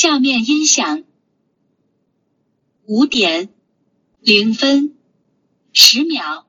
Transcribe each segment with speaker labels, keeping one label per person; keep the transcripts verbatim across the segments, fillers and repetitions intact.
Speaker 1: 下面音响。五点零分十秒。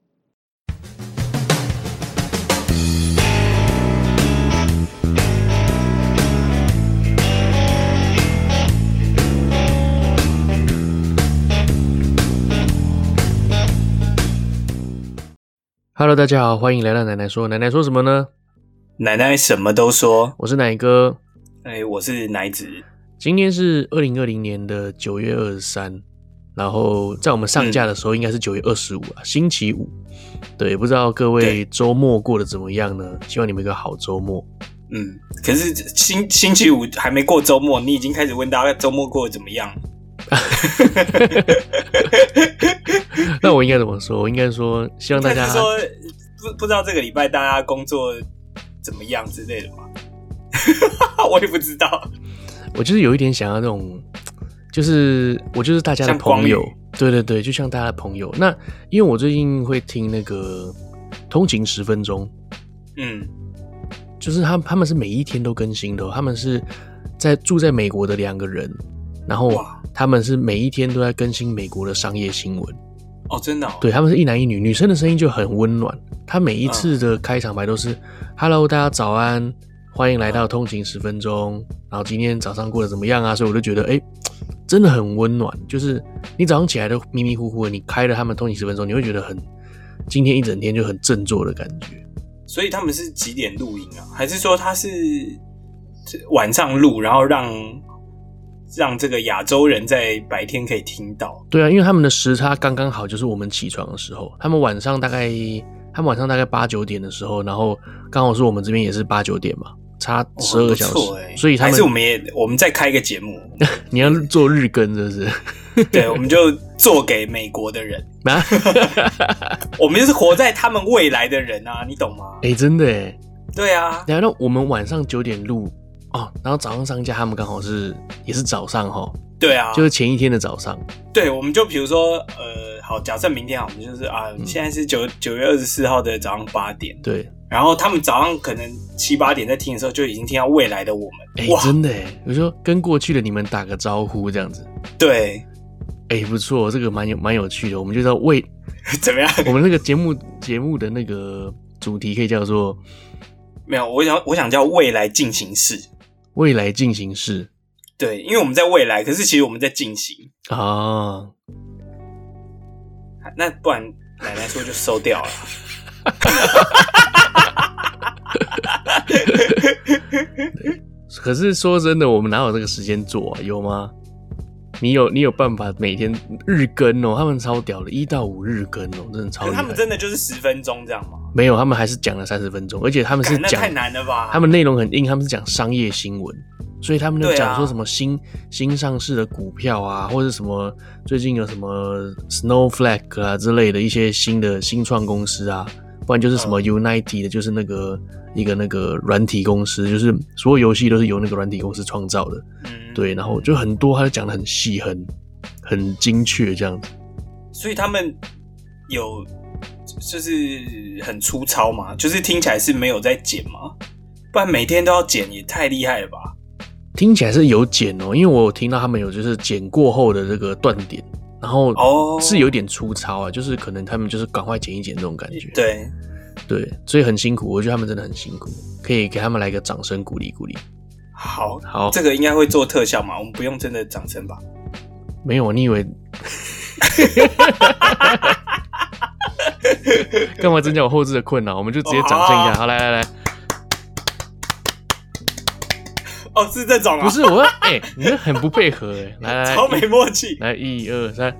Speaker 2: Hello， 大家好，欢迎来到奶奶说。奶奶说什么呢？
Speaker 3: 奶奶什么都说。
Speaker 2: 我是奶哥。
Speaker 3: 哎、欸，我是奶子。
Speaker 2: 今天是二零二零年的九月二十三，然后在我们上架的时候应该是九月二十五啊，星期五。对，不知道各位周末过得怎么样呢？希望你们有个好周末。
Speaker 3: 嗯，可是星星期五还没过周末，你已经开始问大家周末过得怎么样？
Speaker 2: 那我应该怎么说？我应该说希望大家
Speaker 3: 是说不不知道这个礼拜大家工作怎么样之类的吗？我也不知道。
Speaker 2: 我就是有一点想要那种，就是我就是大家的朋友，对对对，就像大家的朋友。那因为我最近会听那个通勤十分钟，嗯，就是他他们是每一天都更新的、哦，他们是在住在美国的两个人，然后他们是每一天都在更新美国的商业新闻。
Speaker 3: 哦，真的、哦？
Speaker 2: 对，他们是一男一女，女生的声音就很温暖。他每一次的开场白都是、嗯、“Hello， 大家早安，欢迎来到通勤十分钟。”然后今天早上过得怎么样啊？所以我就觉得，哎、欸，真的很温暖。就是你早上起来都迷迷糊糊的，你开了他们通勤十分钟，你会觉得很，今天一整天就很振作的感觉。
Speaker 3: 所以他们是几点录音啊？还是说他是晚上录，然后让？让这个亚洲人在白天可以听到。
Speaker 2: 对啊，因为他们的时差刚刚好，就是我们起床的时候。他们晚上大概，他们晚上大概八九点的时候，然后刚好是我们这边也是八九点嘛，差十二个小时。哦欸、所以他们
Speaker 3: 还是我们也我们再开一个节目，
Speaker 2: 你要做日更是不是？
Speaker 3: 对，我们就做给美国的人。我们就是活在他们未来的人啊，你懂吗？
Speaker 2: 哎、欸，真的哎。
Speaker 3: 对啊，
Speaker 2: 然后我们晚上九点录。哦，然后早上上架，他们刚好是也是早上齁。
Speaker 3: 对啊，
Speaker 2: 就是前一天的早上。
Speaker 3: 对，我们就比如说，呃，好，假设明天好，我们就是啊，嗯、现在是九九月二十四号的早上八点。
Speaker 2: 对，
Speaker 3: 然后他们早上可能七八点在听的时候，就已经听到未来的我们。
Speaker 2: 哎、欸，真的哎，我说跟过去的你们打个招呼这样子。
Speaker 3: 对，
Speaker 2: 哎、欸，不错，这个蛮有蛮有趣的。我们就知道未
Speaker 3: 怎么样？
Speaker 2: 我们那个节目节目的那个主题可以叫做
Speaker 3: 没有，我想我想叫未来进行式。
Speaker 2: 未来进行式，
Speaker 3: 对，因为我们在未来，可是其实我们在进行
Speaker 2: 啊。
Speaker 3: 那不然奶奶说就收掉了。
Speaker 2: 可是说真的，我们哪有这个时间做啊？有吗？你有你有办法每天日更哦？他们超屌的，一到五日更哦，真的超厉害。
Speaker 3: 他们真的就是十分钟这样吗？
Speaker 2: 没有，他们还是讲了三十分钟，而且他们是讲
Speaker 3: 太难了吧？
Speaker 2: 他们内容很硬，他们是讲商业新闻，所以他们就讲说什么新、啊、新上市的股票啊，或者什么最近有什么 Snowflake 啊之类的一些新的新创公司啊，不然就是什么 Unity 的，就是那个一个那个软体公司，就是所有游戏都是由那个软体公司创造的。嗯，对，然后就很多，他就讲得很细，很很精确这样子。
Speaker 3: 所以他们有就是很粗糙嘛，就是听起来是没有在剪嘛，不然每天都要剪也太厉害了吧？
Speaker 2: 听起来是有剪哦，因为我有听到他们有就是剪过后的这个断点，然后是有点粗糙啊，就是可能他们就是赶快剪一剪这种感觉。
Speaker 3: 对
Speaker 2: 对，所以很辛苦，我觉得他们真的很辛苦，可以给他们来个掌声鼓励鼓励。
Speaker 3: 好，
Speaker 2: 好，
Speaker 3: 这个应该会做特效嘛？我们不用真的掌声吧？
Speaker 2: 没有，你以为？干嘛增加我后置的困扰？我们就直接掌声一下。哦、好, 好，来来来。
Speaker 3: 哦，是这种啊？
Speaker 2: 不是我，哎、欸，你这很不配合哎、欸。来来，
Speaker 3: 超没默契。
Speaker 2: 来，一二三。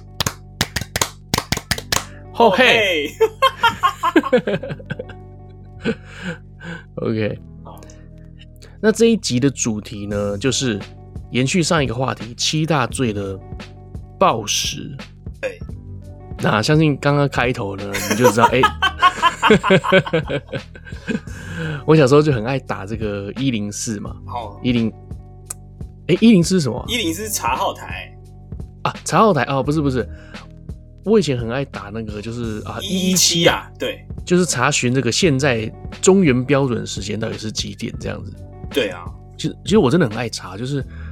Speaker 2: 哦嘿。OK。那这一集的主题呢，就是延续上一个话题，七大罪的暴食。
Speaker 3: 对。
Speaker 2: 那相信刚刚开头呢，你就知道，哎、欸，我小时候就很爱打这个一零四嘛。哦。一零，哎，一零四是什么？
Speaker 3: 一零四是查号台
Speaker 2: 啊，查号台哦，不是不是，我以前很爱打那个，就是啊
Speaker 3: 一一七啊，对，
Speaker 2: 就是查询这个现在中原标准时间到底是几点这样子。
Speaker 3: 对啊，
Speaker 2: 其实其实我真的很爱查，就是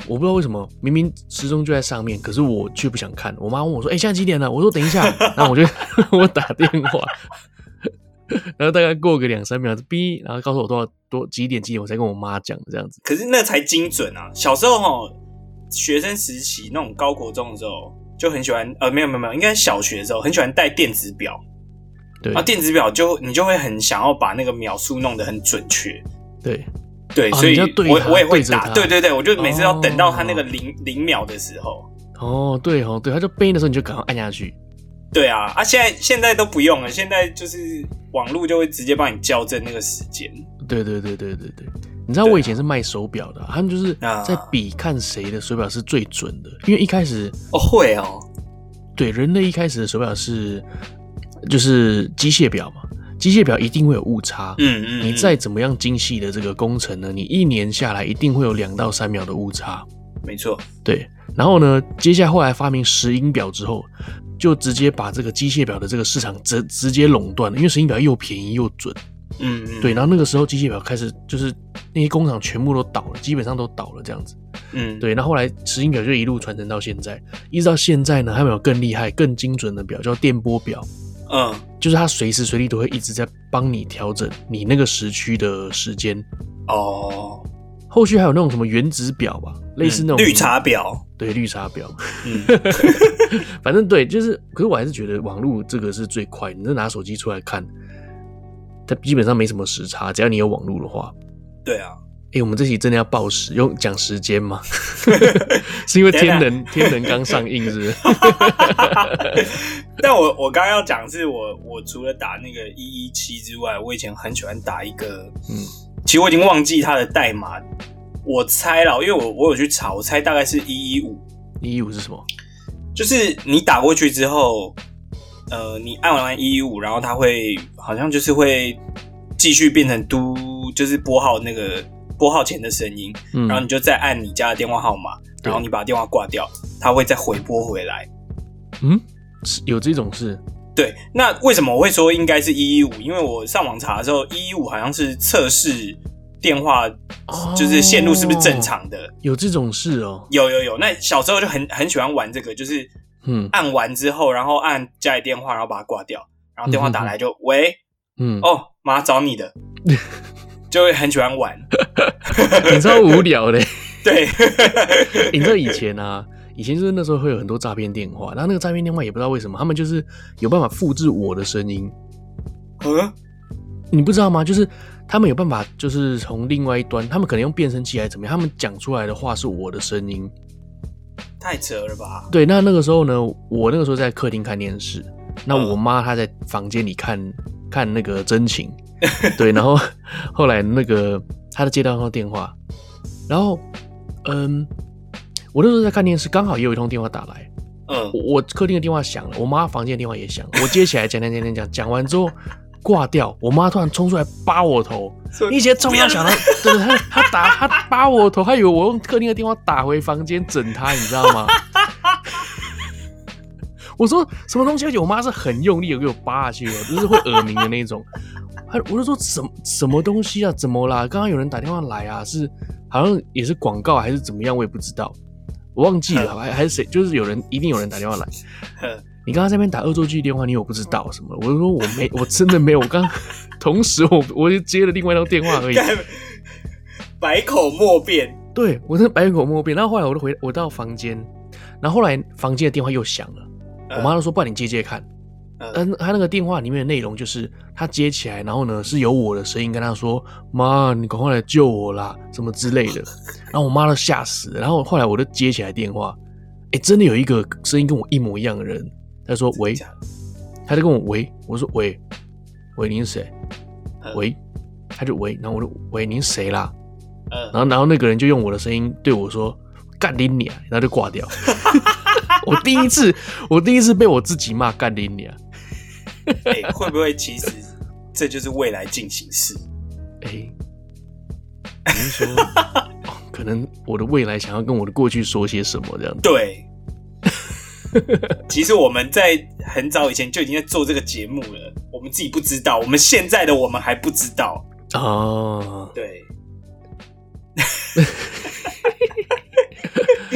Speaker 2: 我不知道为什么，明明时钟就在上面，可是我却不想看。我妈问我说：“哎、欸，现在几点了？”我说：“等一下。”然后我就我打电话，然后大概过个两三秒，哔，然后告诉我多少多几点几点，我才跟我妈讲这样子。
Speaker 3: 可是那才精准啊！小时候哈，学生时期那种高国中的时候，就很喜欢呃，没有没有没有，应该小学的时候很喜欢带电子表。
Speaker 2: 对，
Speaker 3: 然后电子表就你就会很想要把那个秒数弄得很准确。
Speaker 2: 对。
Speaker 3: 对，
Speaker 2: 哦、
Speaker 3: 所以我我也会打，
Speaker 2: 对
Speaker 3: 对对对，我就每次要等到他那个零零、哦、秒的时候。
Speaker 2: 哦，对哦，对，他就背的时候你就赶快按下去。
Speaker 3: 对啊，啊，现在现在都不用了，现在就是网络就会直接帮你校正那个时间。
Speaker 2: 对对对对对对，你知道我以前是卖手表的、啊，他们就是在比看谁的手表是最准的，因为一开始
Speaker 3: 哦会哦，
Speaker 2: 对，人类一开始的手表是就是机械表嘛。机械表一定会有误差，
Speaker 3: 嗯 嗯, 嗯，
Speaker 2: 你再怎么样精细的这个工程呢，你一年下来一定会有两到三秒的误差，
Speaker 3: 没错，
Speaker 2: 对。然后呢，接下来后来发明石英表之后，就直接把这个机械表的这个市场直直接垄断了，因为石英表又便宜又准，
Speaker 3: 嗯嗯，
Speaker 2: 对。然后那个时候机械表开始就是那些工厂全部都倒了，基本上都倒了这样子，
Speaker 3: 嗯，
Speaker 2: 对。然后后来石英表就一路传承到现在，一直到现在呢，还有更厉害、更精准的表叫电波表。
Speaker 3: 嗯，
Speaker 2: 就是它随时随地都会一直在帮你调整你那个时区的时间。
Speaker 3: 哦，
Speaker 2: 后续还有那种什么原子表吧，嗯、类似那种
Speaker 3: 绿茶表，
Speaker 2: 对，绿茶表。
Speaker 3: 嗯，
Speaker 2: 反正对，就是，可是我还是觉得网络这个是最快。你就拿手机出来看，它基本上没什么时差，只要你有网络的话。
Speaker 3: 对啊。
Speaker 2: 哎、欸，我们这期真的要报时，用讲时间吗？是因为天能天能刚上映，是不是？
Speaker 3: 但我我刚刚要讲的是我我除了打那个一一七之外，我以前很喜欢打一个，嗯，其实我已经忘记它的代码，我猜了，因为我我有去查，我猜大概是一一五。
Speaker 2: 一一五是什么？
Speaker 3: 就是你打过去之后，呃，你按完一一五，然后它会好像就是会继续变成嘟，就是拨号那个。拨号前的声音、嗯，然后你就再按你家的电话号码，然后你把电话挂掉，它会再回拨回来。
Speaker 2: 嗯，有这种事？
Speaker 3: 对，那为什么我会说应该是一一五？因为我上网查的时候，一一五好像是测试电话，就是线路是不是正常的。哦、
Speaker 2: 有这种事哦？
Speaker 3: 有有有。那小时候就很很喜欢玩这个，就是嗯，按完之后，然后按家里电话，然后把它挂掉，然后电话打来就、嗯、喂，嗯，哦，妈找你的。就会很喜欢玩，
Speaker 2: 你超无聊的。
Speaker 3: 对，
Speaker 2: 你知道以前啊，以前就是那时候会有很多诈骗电话，然后那个诈骗电话也不知道为什么，他们就是有办法复制我的声音。
Speaker 3: 嗯，
Speaker 2: 你不知道吗？就是他们有办法，就是从另外一端，他们可能用变声器还是怎么样，他们讲出来的话是我的声音。
Speaker 3: 太扯了吧？
Speaker 2: 对，那那个时候呢，我那个时候在客厅看电视，那我妈她在房间里看看那个真情。对，然后后来那个他的接到一通电话，然后嗯，我那时候在看电视，刚好也有一通电话打来，
Speaker 3: 嗯，
Speaker 2: 我, 我客厅的电话响了，我妈房间的电话也响了，我接起来讲讲讲讲讲，讲完之后挂掉，我妈突然冲出来扒我头，你以前冲他想到，对对，他他打他扒我头，他以为我用客厅的电话打回房间整他，你知道吗？我说什么东西？而且我妈是很用力的给我扒下去的，就是会耳鸣的那种。我就说什么什么东西啊？怎么啦？刚刚有人打电话来啊，是好像也是广告还是怎么样？我也不知道，我忘记了，还还是谁？就是有人一定有人打电话来。你刚刚在那边打恶作剧电话，你有不知道什么？我就说我没，我真的没有。我刚同时我我就接了另外一通电话而已，
Speaker 3: 百口莫辩。
Speaker 2: 对，我真的百口莫辩。然后后来我就回我到房间，然后后来房间的电话又响了，我妈就说：“不然你接接看。”嗯，他那个电话里面的内容就是他接起来，然后呢是有我的声音跟他说：“妈，你赶快来救我啦，什么之类的。”然后我妈都吓死了。然后后来我就接起来电话，哎，真的有一个声音跟我一模一样的人，他说：“喂。”他就跟我喂，我说：“喂，喂，你是谁？”喂，他就喂，然后我就喂，你是谁啦？然后然后那个人就用我的声音对我说：“干你娘！”然后就挂掉。我第一次，我第一次被我自己骂干你娘。
Speaker 3: 欸、会不会其实这就是未来进行式？
Speaker 2: 哎、欸，你是说、哦，可能我的未来想要跟我的过去说些什么这样子？
Speaker 3: 对，其实我们在很早以前就已经在做这个节目了，我们自己不知道，我们现在的我们还不知道
Speaker 2: 哦。
Speaker 3: 对。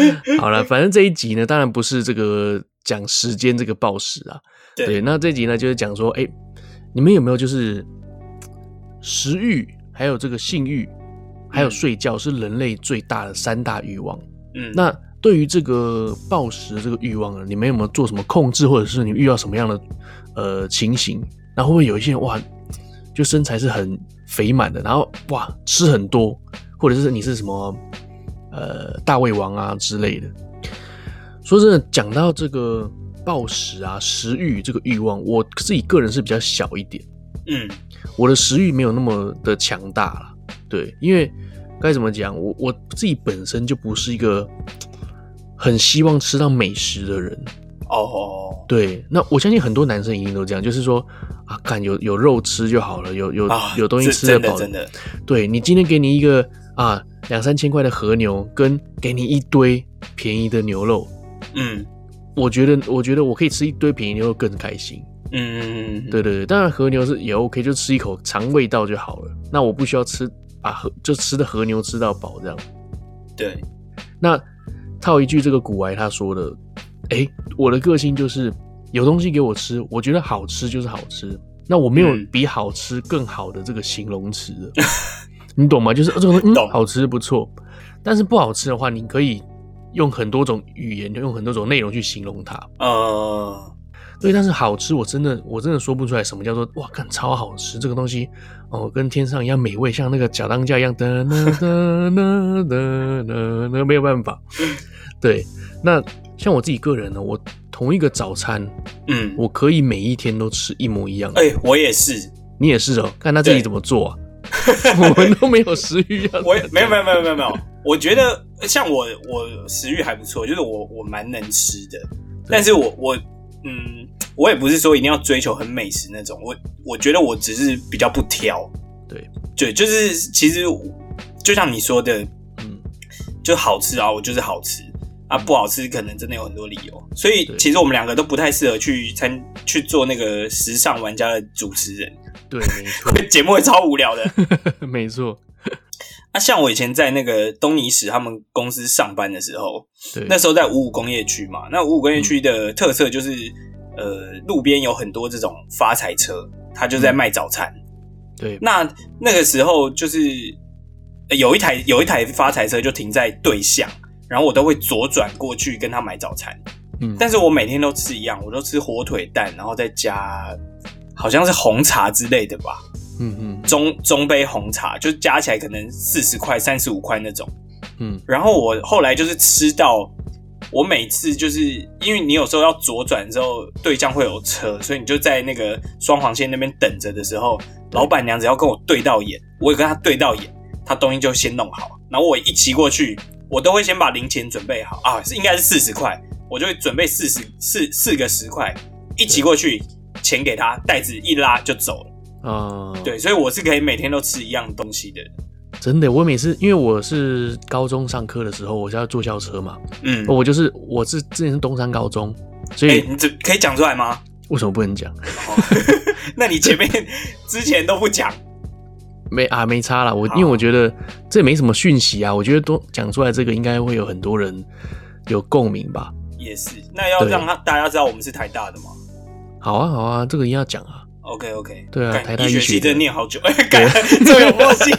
Speaker 2: 好了，反正这一集呢，当然不是这个讲时间这个报时啊。
Speaker 3: 对，
Speaker 2: 对，那这一集呢，就是讲说，哎、欸，你们有没有就是食欲，还有这个性欲，还有睡觉是人类最大的三大欲望。
Speaker 3: 嗯，
Speaker 2: 那对于这个暴食这个欲望呢，你们有没有做什么控制，或者是你遇到什么样的呃情形？然后会不会有一些人哇，就身材是很肥满的，然后哇吃很多，或者是你是什么呃大胃王啊之类的？说真的，讲到这个暴食啊、食欲这个欲望，我自己个人是比较小一点。
Speaker 3: 嗯，
Speaker 2: 我的食欲没有那么的强大啦。对，因为该怎么讲，我我自己本身就不是一个很希望吃到美食的人。
Speaker 3: 哦，
Speaker 2: 对，那我相信很多男生一定都这样，就是说啊，干有有肉吃就好了，有有、啊、有东西吃得饱。
Speaker 3: 真的真的。
Speaker 2: 对，你今天给你一个啊两三千块的和牛，跟给你一堆便宜的牛肉，
Speaker 3: 嗯，
Speaker 2: 我觉得我觉得我可以吃一堆便宜牛肉更开心。
Speaker 3: 嗯嗯嗯，
Speaker 2: 对对对，当然和牛是也 OK， 就吃一口尝味道就好了。那我不需要吃把和就吃的和牛吃到饱这样。
Speaker 3: 对，
Speaker 2: 那套一句这个古癌他说的。哎，我的个性就是有东西给我吃，我觉得好吃就是好吃。那我没有比好吃更好的这个形容词的，嗯、你懂吗？就是这个嗯好吃不错，但是不好吃的话，你可以用很多种语言，用很多种内容去形容它。
Speaker 3: 呃，
Speaker 2: 对，但是好吃，我真的我真的说不出来什么叫做哇，看超好吃，这个东西哦，跟天上一样美味，像那个小当家一样的呢的呢的呢，那没有办法。对，那。像我自己个人呢，我同一个早餐，
Speaker 3: 嗯，
Speaker 2: 我可以每一天都吃一模一样的。
Speaker 3: 哎、欸，我也是，
Speaker 2: 你也是哦。看他自己怎么做啊，我们都没有食欲要。
Speaker 3: 我没有没有没有没有没有，我觉得像我我食欲还不错，就是我我蛮能吃的，但是我我嗯，我也不是说一定要追求很美食那种，我我觉得我只是比较不挑。
Speaker 2: 对
Speaker 3: 对，就是其实就像你说的，
Speaker 2: 嗯，
Speaker 3: 就好吃啊，我就是好吃。啊，不好吃可能真的有很多理由，所以其实我们两个都不太适合去参去做那个时尚玩家的主持人。
Speaker 2: 对，没错，
Speaker 3: 节目会超无聊的。
Speaker 2: 没错。
Speaker 3: 啊，像我以前在那个东尼史他们公司上班的时候，那时候在五五工业区嘛，那五五工业区的特色就是，嗯、呃，路边有很多这种发财车，他就在卖早餐。嗯、
Speaker 2: 对，
Speaker 3: 那那个时候就是、呃、有一台有一台发财车就停在对向。然后我都会左转过去跟他买早餐，嗯，但是我每天都吃一样，我都吃火腿蛋，然后再加好像是红茶之类的吧，
Speaker 2: 嗯嗯，
Speaker 3: 中中杯红茶，就加起来可能四十块、三十五块那种，
Speaker 2: 嗯，
Speaker 3: 然后我后来就是吃到，我每次就是因为你有时候要左转之后对向会有车，所以你就在那个双黄线那边等着的时候，老板娘只要跟我对到眼，我也跟她对到眼，她东西就先弄好，然后我一骑过去。我都会先把零钱准备好啊，是应该是四十块，我就会准备四十四四个十块，一骑过去，钱给他，袋子一拉就走了。
Speaker 2: 啊、嗯，
Speaker 3: 对，所以我是可以每天都吃一样东西的。
Speaker 2: 真的，我每次因为我是高中上课的时候，我是要坐校车嘛，嗯，我就是我是之前是东山高中，所以、
Speaker 3: 欸、你这可以讲出来吗？
Speaker 2: 为什么不能讲？
Speaker 3: 哦、那你前面之前都不讲。
Speaker 2: 没啊，没差啦。我因为我觉得这没什么讯息啊，我觉得都讲出来这个应该会有很多人有共鸣吧。
Speaker 3: 也是，那要让他大家知道我们是台大的吗？
Speaker 2: 好啊，好啊，这个一定要讲啊。
Speaker 3: OK OK，
Speaker 2: 对啊，台大
Speaker 3: 医学系真的念好久，哎，
Speaker 2: 干
Speaker 3: 这有默契。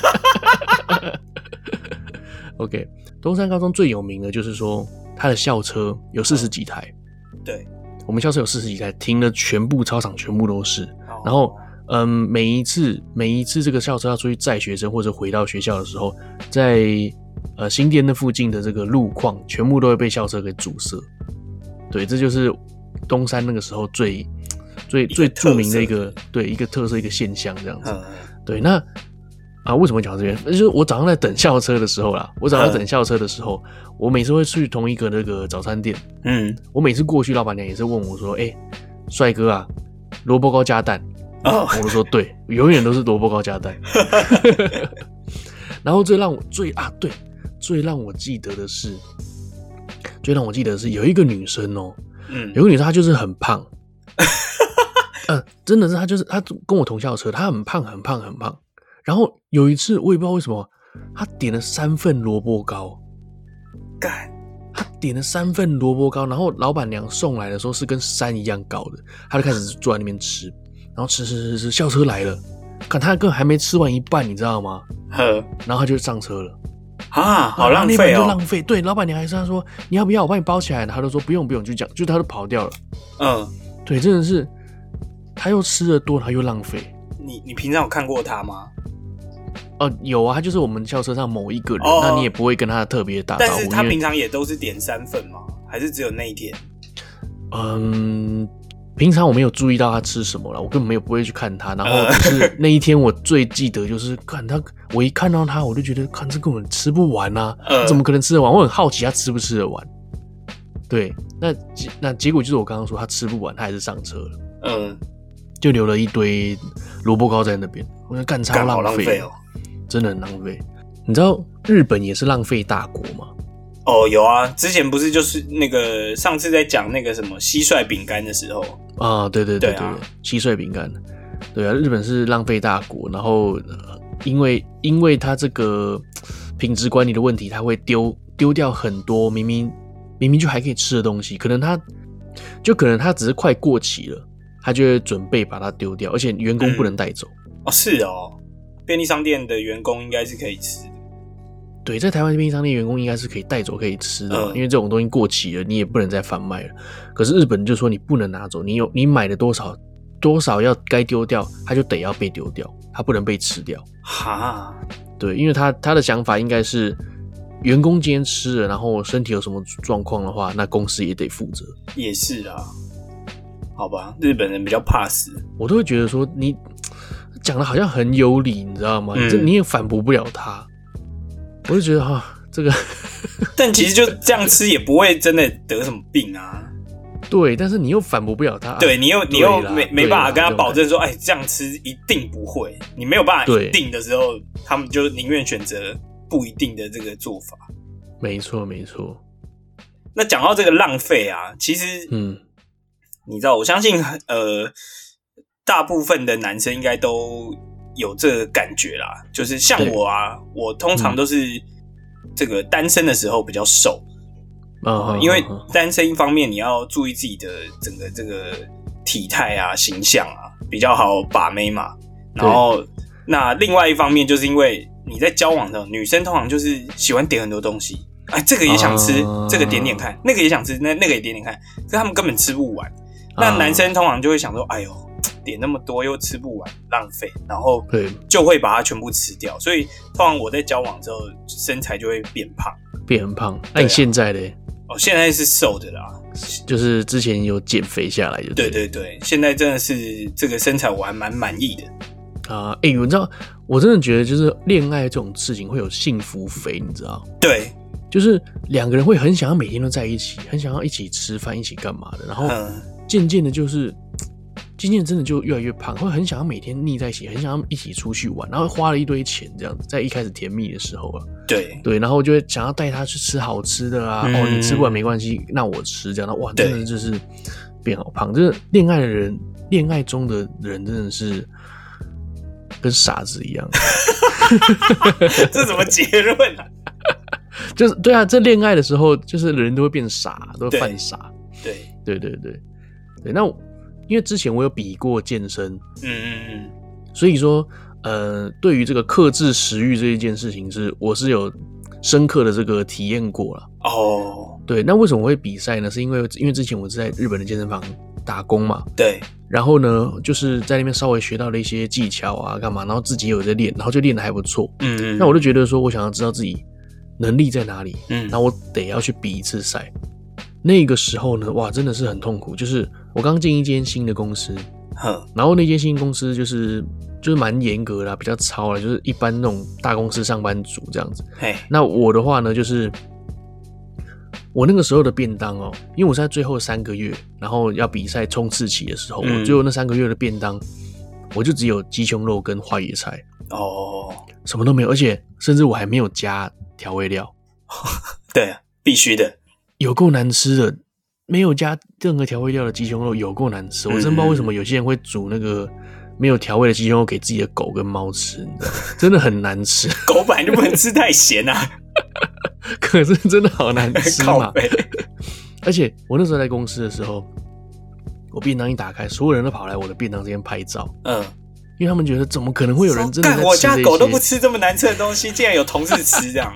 Speaker 2: OK， 东山高中最有名的就是说，他的校车有四十几台。
Speaker 3: 对，
Speaker 2: 我们校车有四十几台，停了全部操场全部都是，哦、然后。嗯，每一次每一次这个校车要出去载学生或者回到学校的时候，在呃新店那附近的这个路况，全部都会被校车给阻塞。对，这就是东山那个时候最最最著名的一个对一个特色一个现象这样子。对，那啊为什么讲到这边？就是我早上在等校车的时候啦，我早上在等校车的时候，我每次会去同一个那个早餐店。嗯，我每次过去，老板娘也是问我说：“哎、欸，帅哥啊，萝卜糕加蛋。”哦、我就说对，永远都是萝卜糕加蛋。然后最让我最啊对，最让我记得的是，最让我记得的是有一个女生哦，嗯，有一个女生她就是很胖，呃，真的是她就是她跟我同校车，她很胖很胖很胖。然后有一次我也不知道为什么，她点了三份萝卜糕，
Speaker 3: 干，
Speaker 2: 他点了三份萝卜糕，然后老板娘送来的时候是跟山一样高的，他就开始坐在那边吃，然后吃吃吃吃，校车来了，看他根本还没吃完一半，你知道吗？
Speaker 3: 呵，
Speaker 2: 然后他就上车了。
Speaker 3: 啊，好浪费哦！
Speaker 2: 就浪费，对，老板娘还是他说你要不要我帮你包起来，他就说不用不用，就这样，就他就跑掉了。
Speaker 3: 嗯，
Speaker 2: 对，真的是他又吃的多，他又浪费。
Speaker 3: 你你平常有看过他吗？
Speaker 2: 哦，有啊，他就是我们校车上某一个人，
Speaker 3: 哦、
Speaker 2: 那你也不会跟他特别打招呼。
Speaker 3: 但是他平常也都是点三份吗？还是只有那一天？
Speaker 2: 嗯。平常我没有注意到他吃什么了，我根本没有不会去看他。然后可是那一天我最记得就是看他，我一看到他我就觉得，看这根本吃不完啊，呃、怎么可能吃得完？我很好奇他吃不吃得完。对，那那结果就是我刚刚说他吃不完，他还是上车了，嗯、呃，就留了一堆萝卜糕在那边，我觉得干超浪费
Speaker 3: 哦，
Speaker 2: 真的很浪费。你知道日本也是浪费大国吗？
Speaker 3: 哦，有啊，之前不是就是那个上次在讲那个什么蟋蟀饼干的时候
Speaker 2: 啊，对对对对，
Speaker 3: 对啊，
Speaker 2: 蟋蟀饼干，对啊，日本是浪费大国，然后、呃、因为因为他这个品质管理的问题，他会丢丢掉很多明明明明就还可以吃的东西，可能他就可能他只是快过期了，他就会准备把它丢掉，而且员工不能带走、
Speaker 3: 嗯。哦，是哦，便利商店的员工应该是可以吃。
Speaker 2: 对，在台湾便利商店员工应该是可以带走可以吃的嘛、嗯，因为这种东西过期了，你也不能再贩卖了。可是日本就说你不能拿走，你有你买的多少多少要该丢掉，它就得要被丢掉，它不能被吃掉。
Speaker 3: 哈，
Speaker 2: 对，因为他他的想法应该是，员工今天吃了，然后身体有什么状况的话，那公司也得负责。
Speaker 3: 也是啊，好吧，日本人比较怕死，
Speaker 2: 我都会觉得说你讲的好像很有理，你知道吗？嗯、这你也反驳不了他。我就觉得哈、啊，这个，
Speaker 3: 但其实就这样吃也不会真的得什么病啊。
Speaker 2: 对，但是你又反驳不了他。
Speaker 3: 对，你又你又没没办法跟他保证说，哎，这样吃一定不会。你没有办法一定的时候，他们就宁愿选择不一定的这个做法。
Speaker 2: 没错，没错。
Speaker 3: 那讲到这个浪费啊，其实，嗯，你知道，我相信，呃，大部分的男生应该都有这个感觉啦，就是像我啊，我通常都是这个单身的时候比较瘦，嗯呃、因为单身一方面你要注意自己的整个这个体态啊、形象啊，比较好把妹嘛。然后那另外一方面，就是因为你在交往的女生通常就是喜欢点很多东西，哎，这个也想吃，啊、这个点点看，那个也想吃，那那个也点点看，可是他们根本吃不完。那男生通常就会想说，哎呦。点那么多又吃不完，浪费，然后就会把它全部吃掉。所以通常我在交往之后，身材就会变胖，
Speaker 2: 变很胖。那你现在呢？
Speaker 3: 哦，现在是瘦的啦，
Speaker 2: 就是之前有减肥下来就对。
Speaker 3: 对对对，现在真的是这个身材我还蛮满意的
Speaker 2: 啊。哎、欸，你知道，我真的觉得就是恋爱这种事情会有幸福肥，你知道？
Speaker 3: 对，
Speaker 2: 就是两个人会很想要每天都在一起，很想要一起吃饭，一起干嘛的，然后渐渐的就是。渐渐真的就越来越胖，会很想要每天腻在一起，很想要一起出去玩，然后花了一堆钱这样子，在一开始甜蜜的时候啊，
Speaker 3: 对
Speaker 2: 对，然后就会想要带他去吃好吃的啊，嗯、哦，你吃不完没关系，那我吃这样的，哇，真的就是变好胖。就是恋爱的人，恋爱中的人真的是跟傻子一样。
Speaker 3: 这怎么结论啊？
Speaker 2: 就是对啊，在恋爱的时候，就是人都会变傻，都会犯傻。
Speaker 3: 对
Speaker 2: 对对对对，那我。因为之前我有比过健身，嗯
Speaker 3: 嗯嗯，
Speaker 2: 所以说，呃，对于这个克制食欲这一件事情是，我是有深刻的这个体验过了。
Speaker 3: 哦，
Speaker 2: 对，那为什么我会比赛呢？是因为因为之前我是在日本的健身房打工嘛，
Speaker 3: 对，
Speaker 2: 然后呢，就是在那边稍微学到了一些技巧啊，干嘛，然后自己也有在练，然后就练得还不错，嗯嗯，那我就觉得说我想要知道自己能力在哪里，嗯，然后我得要去比一次赛。那个时候呢，哇，真的是很痛苦。就是我刚进一间新的公司，然后那间新公司就是就是蛮严格的啦，比较糙啦，就是一般那种大公司上班族这样子。那我的话呢，就是我那个时候的便当哦，因为我是在最后三个月，然后要比赛冲刺期的时候，嗯、我最后那三个月的便当，我就只有鸡胸肉跟花椰菜哦，什么都没有，而且甚至我还没有加调味料。
Speaker 3: 对，必须的。
Speaker 2: 有够难吃的，没有加任何调味料的鸡胸肉有够难吃，我真不知道为什么有些人会煮那个没有调味的鸡胸肉给自己的狗跟猫吃，你知道吗？真的很难吃。
Speaker 3: 狗本来就不能吃太咸啊。
Speaker 2: 可是真的好难吃嘛。而且我那时候在公司的时候，我便当一打开，所有人都跑来我的便当这边拍照。嗯，因为他们觉得怎么可能会有人真的在吃这些？
Speaker 3: 我家狗都不吃这么难吃的东西，竟然有同事吃这样。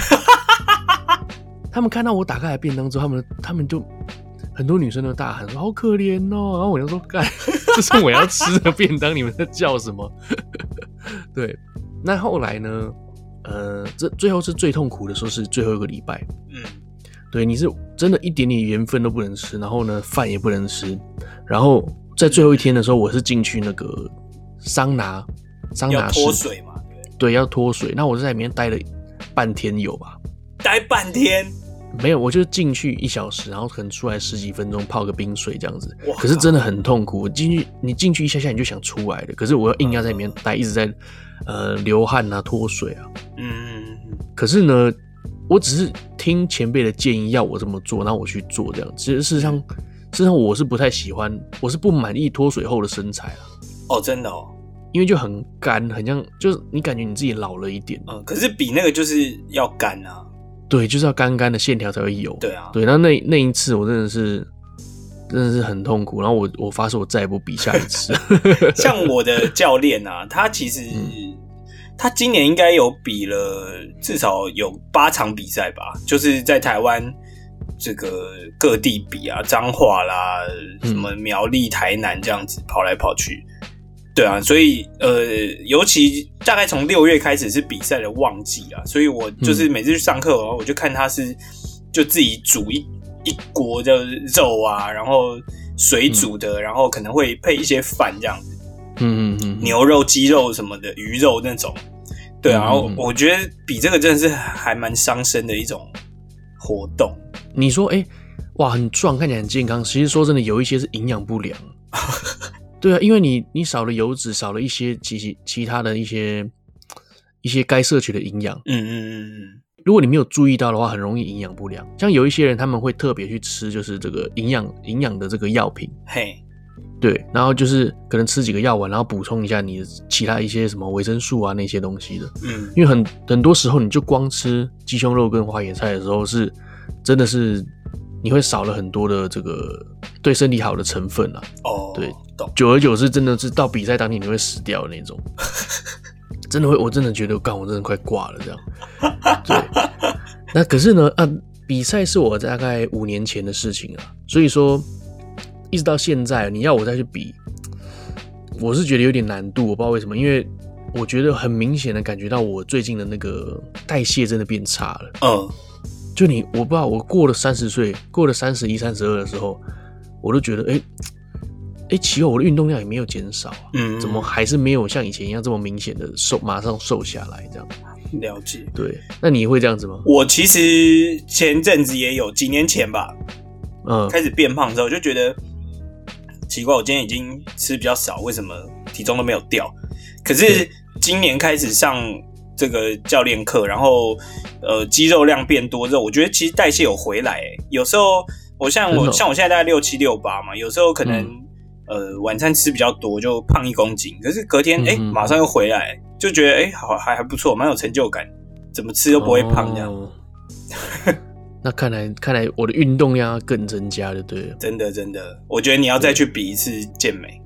Speaker 2: 他们看到我打开来便当之后，他们他们就很多女生都大喊说好可怜哦，然后我就说干，这是我要吃的便当，你们在叫什么？对，那后来呢？呃，这最后是最痛苦的时候是最后一个礼拜。嗯，对，你是真的一点点盐分都不能吃，然后呢饭也不能吃，然后在最后一天的时候，我是进去那个桑拿，桑拿室
Speaker 3: 要脱水嘛？
Speaker 2: 对，要脱水。那我在里面待了半天有吧？
Speaker 3: 待半天？
Speaker 2: 没有，我就进去一小时，然后可能出来十几分钟泡个冰水这样子。可是真的很痛苦，进去你进去一下下你就想出来的，可是我要硬要在里面待，一直在呃流汗啊、脱水啊。嗯。可是呢，我只是听前辈的建议要我这么做，然后我去做这样。其实事实上，事实上我是不太喜欢，我是不满意脱水后的身材啊。
Speaker 3: 哦，真的哦。
Speaker 2: 因为就很干，很像，就是你感觉你自己老了一点。
Speaker 3: 嗯，可是比那个就是要干啊。
Speaker 2: 对，就是要干干的线条才会有。
Speaker 3: 对啊，
Speaker 2: 对，那那那一次我真的是真的是很痛苦，然后我我发誓我再也不比下一次。
Speaker 3: 像我的教练啊，他其实、嗯、他今年应该有比了至少有八场比赛吧，就是在台湾这个各地比啊，彰化啦，什么苗栗、台南这样子跑来跑去。对啊，所以呃，尤其大概从六月开始是比赛的旺季啊，所以我就是每次去上课，我就看他是就自己煮一一锅的肉啊，然后水煮的，嗯、然后可能会配一些饭这样子，嗯嗯嗯，牛肉、鸡肉什么的，鱼肉那种，对啊，嗯嗯嗯我觉得比这个真的是还蛮伤身的一种活动。
Speaker 2: 你说，哎、欸，哇，很壮，看起来很健康，其实说真的，有一些是营养不良。对啊，因为你你少了油脂，少了一些其其他的一些一些该摄取的营养。嗯嗯嗯嗯。如果你没有注意到的话，很容易营养不良。像有一些人他们会特别去吃，就是这个营养营养的这个药品。嘿，对，然后就是可能吃几个药丸，然后补充一下你的其他一些什么维生素啊那些东西的。嗯，因为很很多时候你就光吃鸡胸肉跟花椰菜的时候是真的是你会少了很多的这个对身体好的成分啊。哦，对。久而久之，真的是到比赛当天你会死掉的那种，真的会，我真的觉得，干，我真的快挂了这样。对，那可是呢，啊，比赛是我大概五年前的事情啊，所以说一直到现在，你要我再去比，我是觉得有点难度，我不知道为什么，因为我觉得很明显的感觉到我最近的那个代谢真的变差了。嗯，就你，我不知道，我过了三十岁，过了三十一、三十二的时候，我都觉得，哎、欸。哎、欸，奇怪，我的运动量也没有减少啊，嗯，怎么还是没有像以前一样这么明显的瘦，马上瘦下来这样？
Speaker 3: 了解，
Speaker 2: 对，那你会这样子吗？
Speaker 3: 我其实前阵子也有，几年前吧，嗯，开始变胖之后就觉得奇怪，我今天已经吃比较少，为什么体重都没有掉？可是今年开始上这个教练课，然后呃肌肉量变多之后，我觉得其实代谢有回来、欸，有时候我像我像我现在大概六七六八嘛，有时候可能、嗯。呃，晚餐吃比较多，就胖一公斤。可是隔天，哎、嗯欸，马上又回来，就觉得哎、欸，好还还不错，蛮有成就感。怎么吃都不会胖这样。哦、
Speaker 2: 那看来看来我的运动量要更增加就对了。
Speaker 3: 真的真的，我觉得你要再去比一次健美。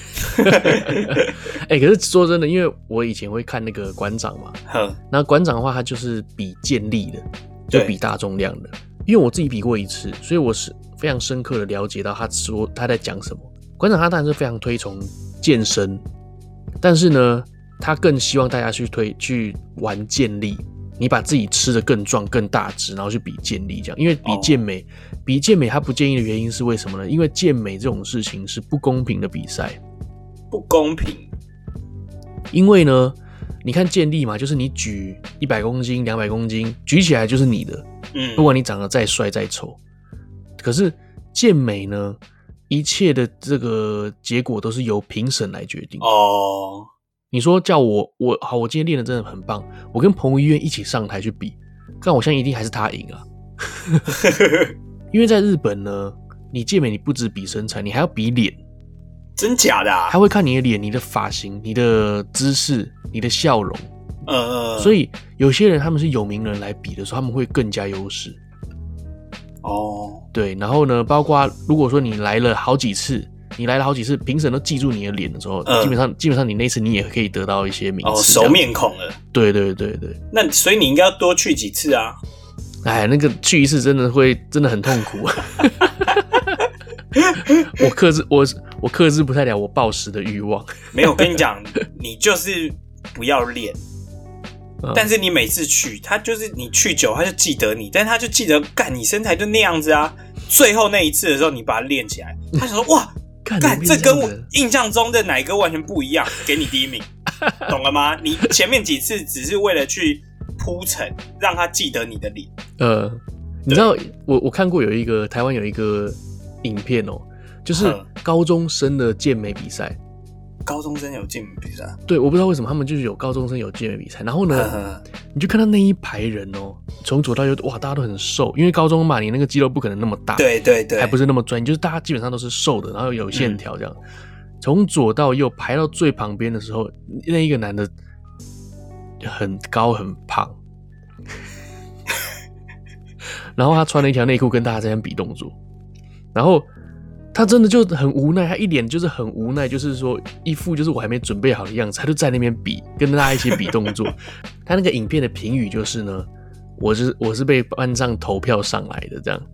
Speaker 2: 哎、欸，可是说真的，因为我以前会看那个馆长嘛，那馆长的话，他就是比健力的，就比大重量的。因为我自己比过一次，所以我是非常深刻的了解到他说他在讲什么。馆长他当然是非常推崇健身，但是呢，他更希望大家去推去玩健力。你把自己吃得更壮、更大只，然后去比健力这样。因为比健美，哦、比健美他不建议的原因是为什么呢？因为健美这种事情是不公平的比赛。
Speaker 3: 不公平。
Speaker 2: 因为呢，你看健力嘛，就是你举一百公斤、两百公斤，举起来就是你的。嗯。不管你长得再帅再丑，可是健美呢？一切的这个结果都是由评审来决定哦。你说叫我我好，我今天练的真的很棒，我跟彭于晏一起上台去比，但我相信一定还是他赢啊。因为在日本呢，你健美你不只比身材，你还要比脸。
Speaker 3: 真假的啊？
Speaker 2: 他会看你的脸、你的发型、你的姿势、你的笑容，
Speaker 3: 呃，
Speaker 2: 所以有些人他们是有名人来比的时候，他们会更加优势。
Speaker 3: 哦，
Speaker 2: 对，然后呢，包括如果说你来了好几次，你来了好几次，评审都记住你的脸的时候，呃、基本上基本上你那次你也可以得到一些名次。
Speaker 3: 哦，熟面孔了。对
Speaker 2: 对对对。
Speaker 3: 那所以你应该要多去几次啊。
Speaker 2: 哎，那个去一次真的会真的很痛苦。我克制我我克制不太了我暴食的欲望。
Speaker 3: 没有，我跟你讲，你就是不要练。
Speaker 2: 嗯、
Speaker 3: 但是你每次去，他就是你去久，他就记得你，但他就记得干你身材就那样子啊。最后那一次的时候，你把它练起来，他想说哇，干这跟我印象中的奶哥完全不一样，给你第一名，懂了吗？你前面几次只是为了去铺陈，让他记得你的脸。
Speaker 2: 呃，你知道我我看过有一个台湾有一个影片哦，就是高中生的健美比赛。
Speaker 3: 高中生有健美比赛？
Speaker 2: 对，我不知道为什么他们就是有高中生有健美比赛。然后呢，你就看到那一排人哦，从左到右，哇，大家都很瘦，因为高中嘛，你那个肌肉不可能那么大，
Speaker 3: 对对对，
Speaker 2: 还不是那么专，就是大家基本上都是瘦的，然后有线条这样。从、嗯、左到右排到最旁边的时候，那一个男的很高很胖，然后他穿了一条内裤跟大家在那边比动作，然后。他真的就很无奈，他一脸就是很无奈，就是说一副就是我还没准备好的样子，他就在那边比，跟大家一起比动作。他那个影片的评语就是呢，我是我是被班上投票上来的，这样，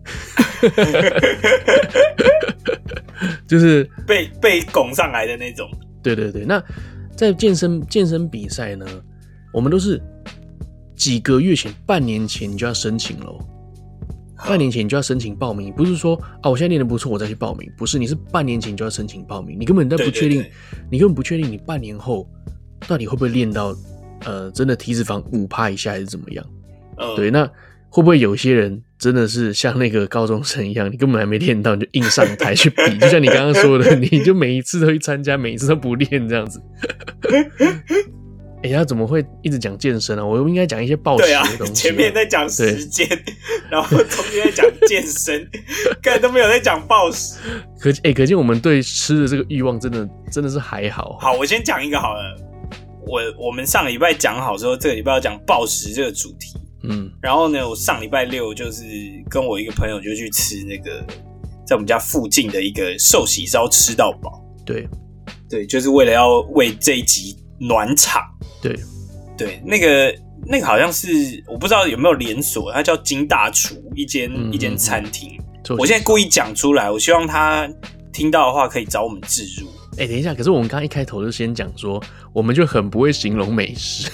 Speaker 2: 就是
Speaker 3: 被被拱上来的那种。
Speaker 2: 对对对，那在健身健身比赛呢，我们都是几个月前、半年前你就要申请了。半年前你就要申请报名，不是说啊我现在练得不错我再去报名，不是，你是半年前就要申请报名，你根本在不确定，对对对，你根本不确定你半年后到底会不会练到呃真的体脂肪 百分之五 以下还是怎么样？嗯、对，那会不会有些人真的是像那个高中生一样，你根本还没练到你就硬上台去比，就像你刚刚说的，你就每一次都去参加，每一次都不练这样子。哎、欸，他怎么会一直讲健身啊？我应该讲一些暴食的东西、啊。
Speaker 3: 前面在讲时间，然后中间在讲健身，根本都没有在讲暴食。
Speaker 2: 可哎、欸，可见我们对吃的这个欲望真的真的是还好。
Speaker 3: 好，我先讲一个好了。我我们上礼拜讲好说，这个礼拜要讲暴食这个主题。嗯，然后呢，我上礼拜六就是跟我一个朋友就去吃那个在我们家附近的一个寿喜烧，吃到饱。
Speaker 2: 对，
Speaker 3: 对，就是为了要为这一集暖场。
Speaker 2: 对，
Speaker 3: 对，那个那个好像是我不知道有没有连锁，它叫金大厨，一间、嗯、一间餐厅。我现在故意讲出来，我希望他听到的话可以找我们置入。
Speaker 2: 哎、欸，等一下，可是我们刚刚一开头就先讲说，我们就很不会形容美食。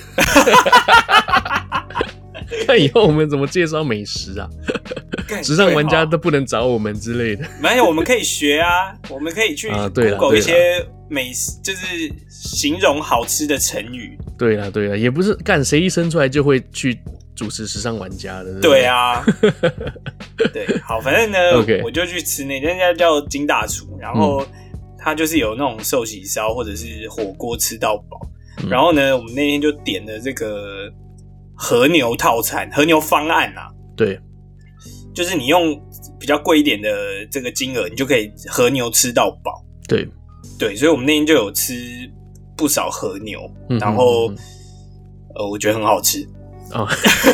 Speaker 2: 看以后我们怎么介绍美食啊？时尚玩家都不能找我们之类的。
Speaker 3: 没有，我们可以学啊，我们可以去 Google 一些美食，就是形容好吃的成语。
Speaker 2: 对啦，对啦，也不是干谁一生出来就会去主持时尚玩家的。对,
Speaker 3: 对啊，对，好，反正呢， okay. 我就去吃那家叫金大厨，然后他就是有那种寿喜烧或者是火锅吃到饱、嗯。然后呢，我们那天就点了这个和牛套餐，和牛方案啊。
Speaker 2: 对。
Speaker 3: 就是你用比较贵一点的这个金额，你就可以和牛吃到饱。
Speaker 2: 对，
Speaker 3: 对，所以我们那天就有吃不少和牛，嗯、然后、嗯、呃，我觉得很好吃。哦，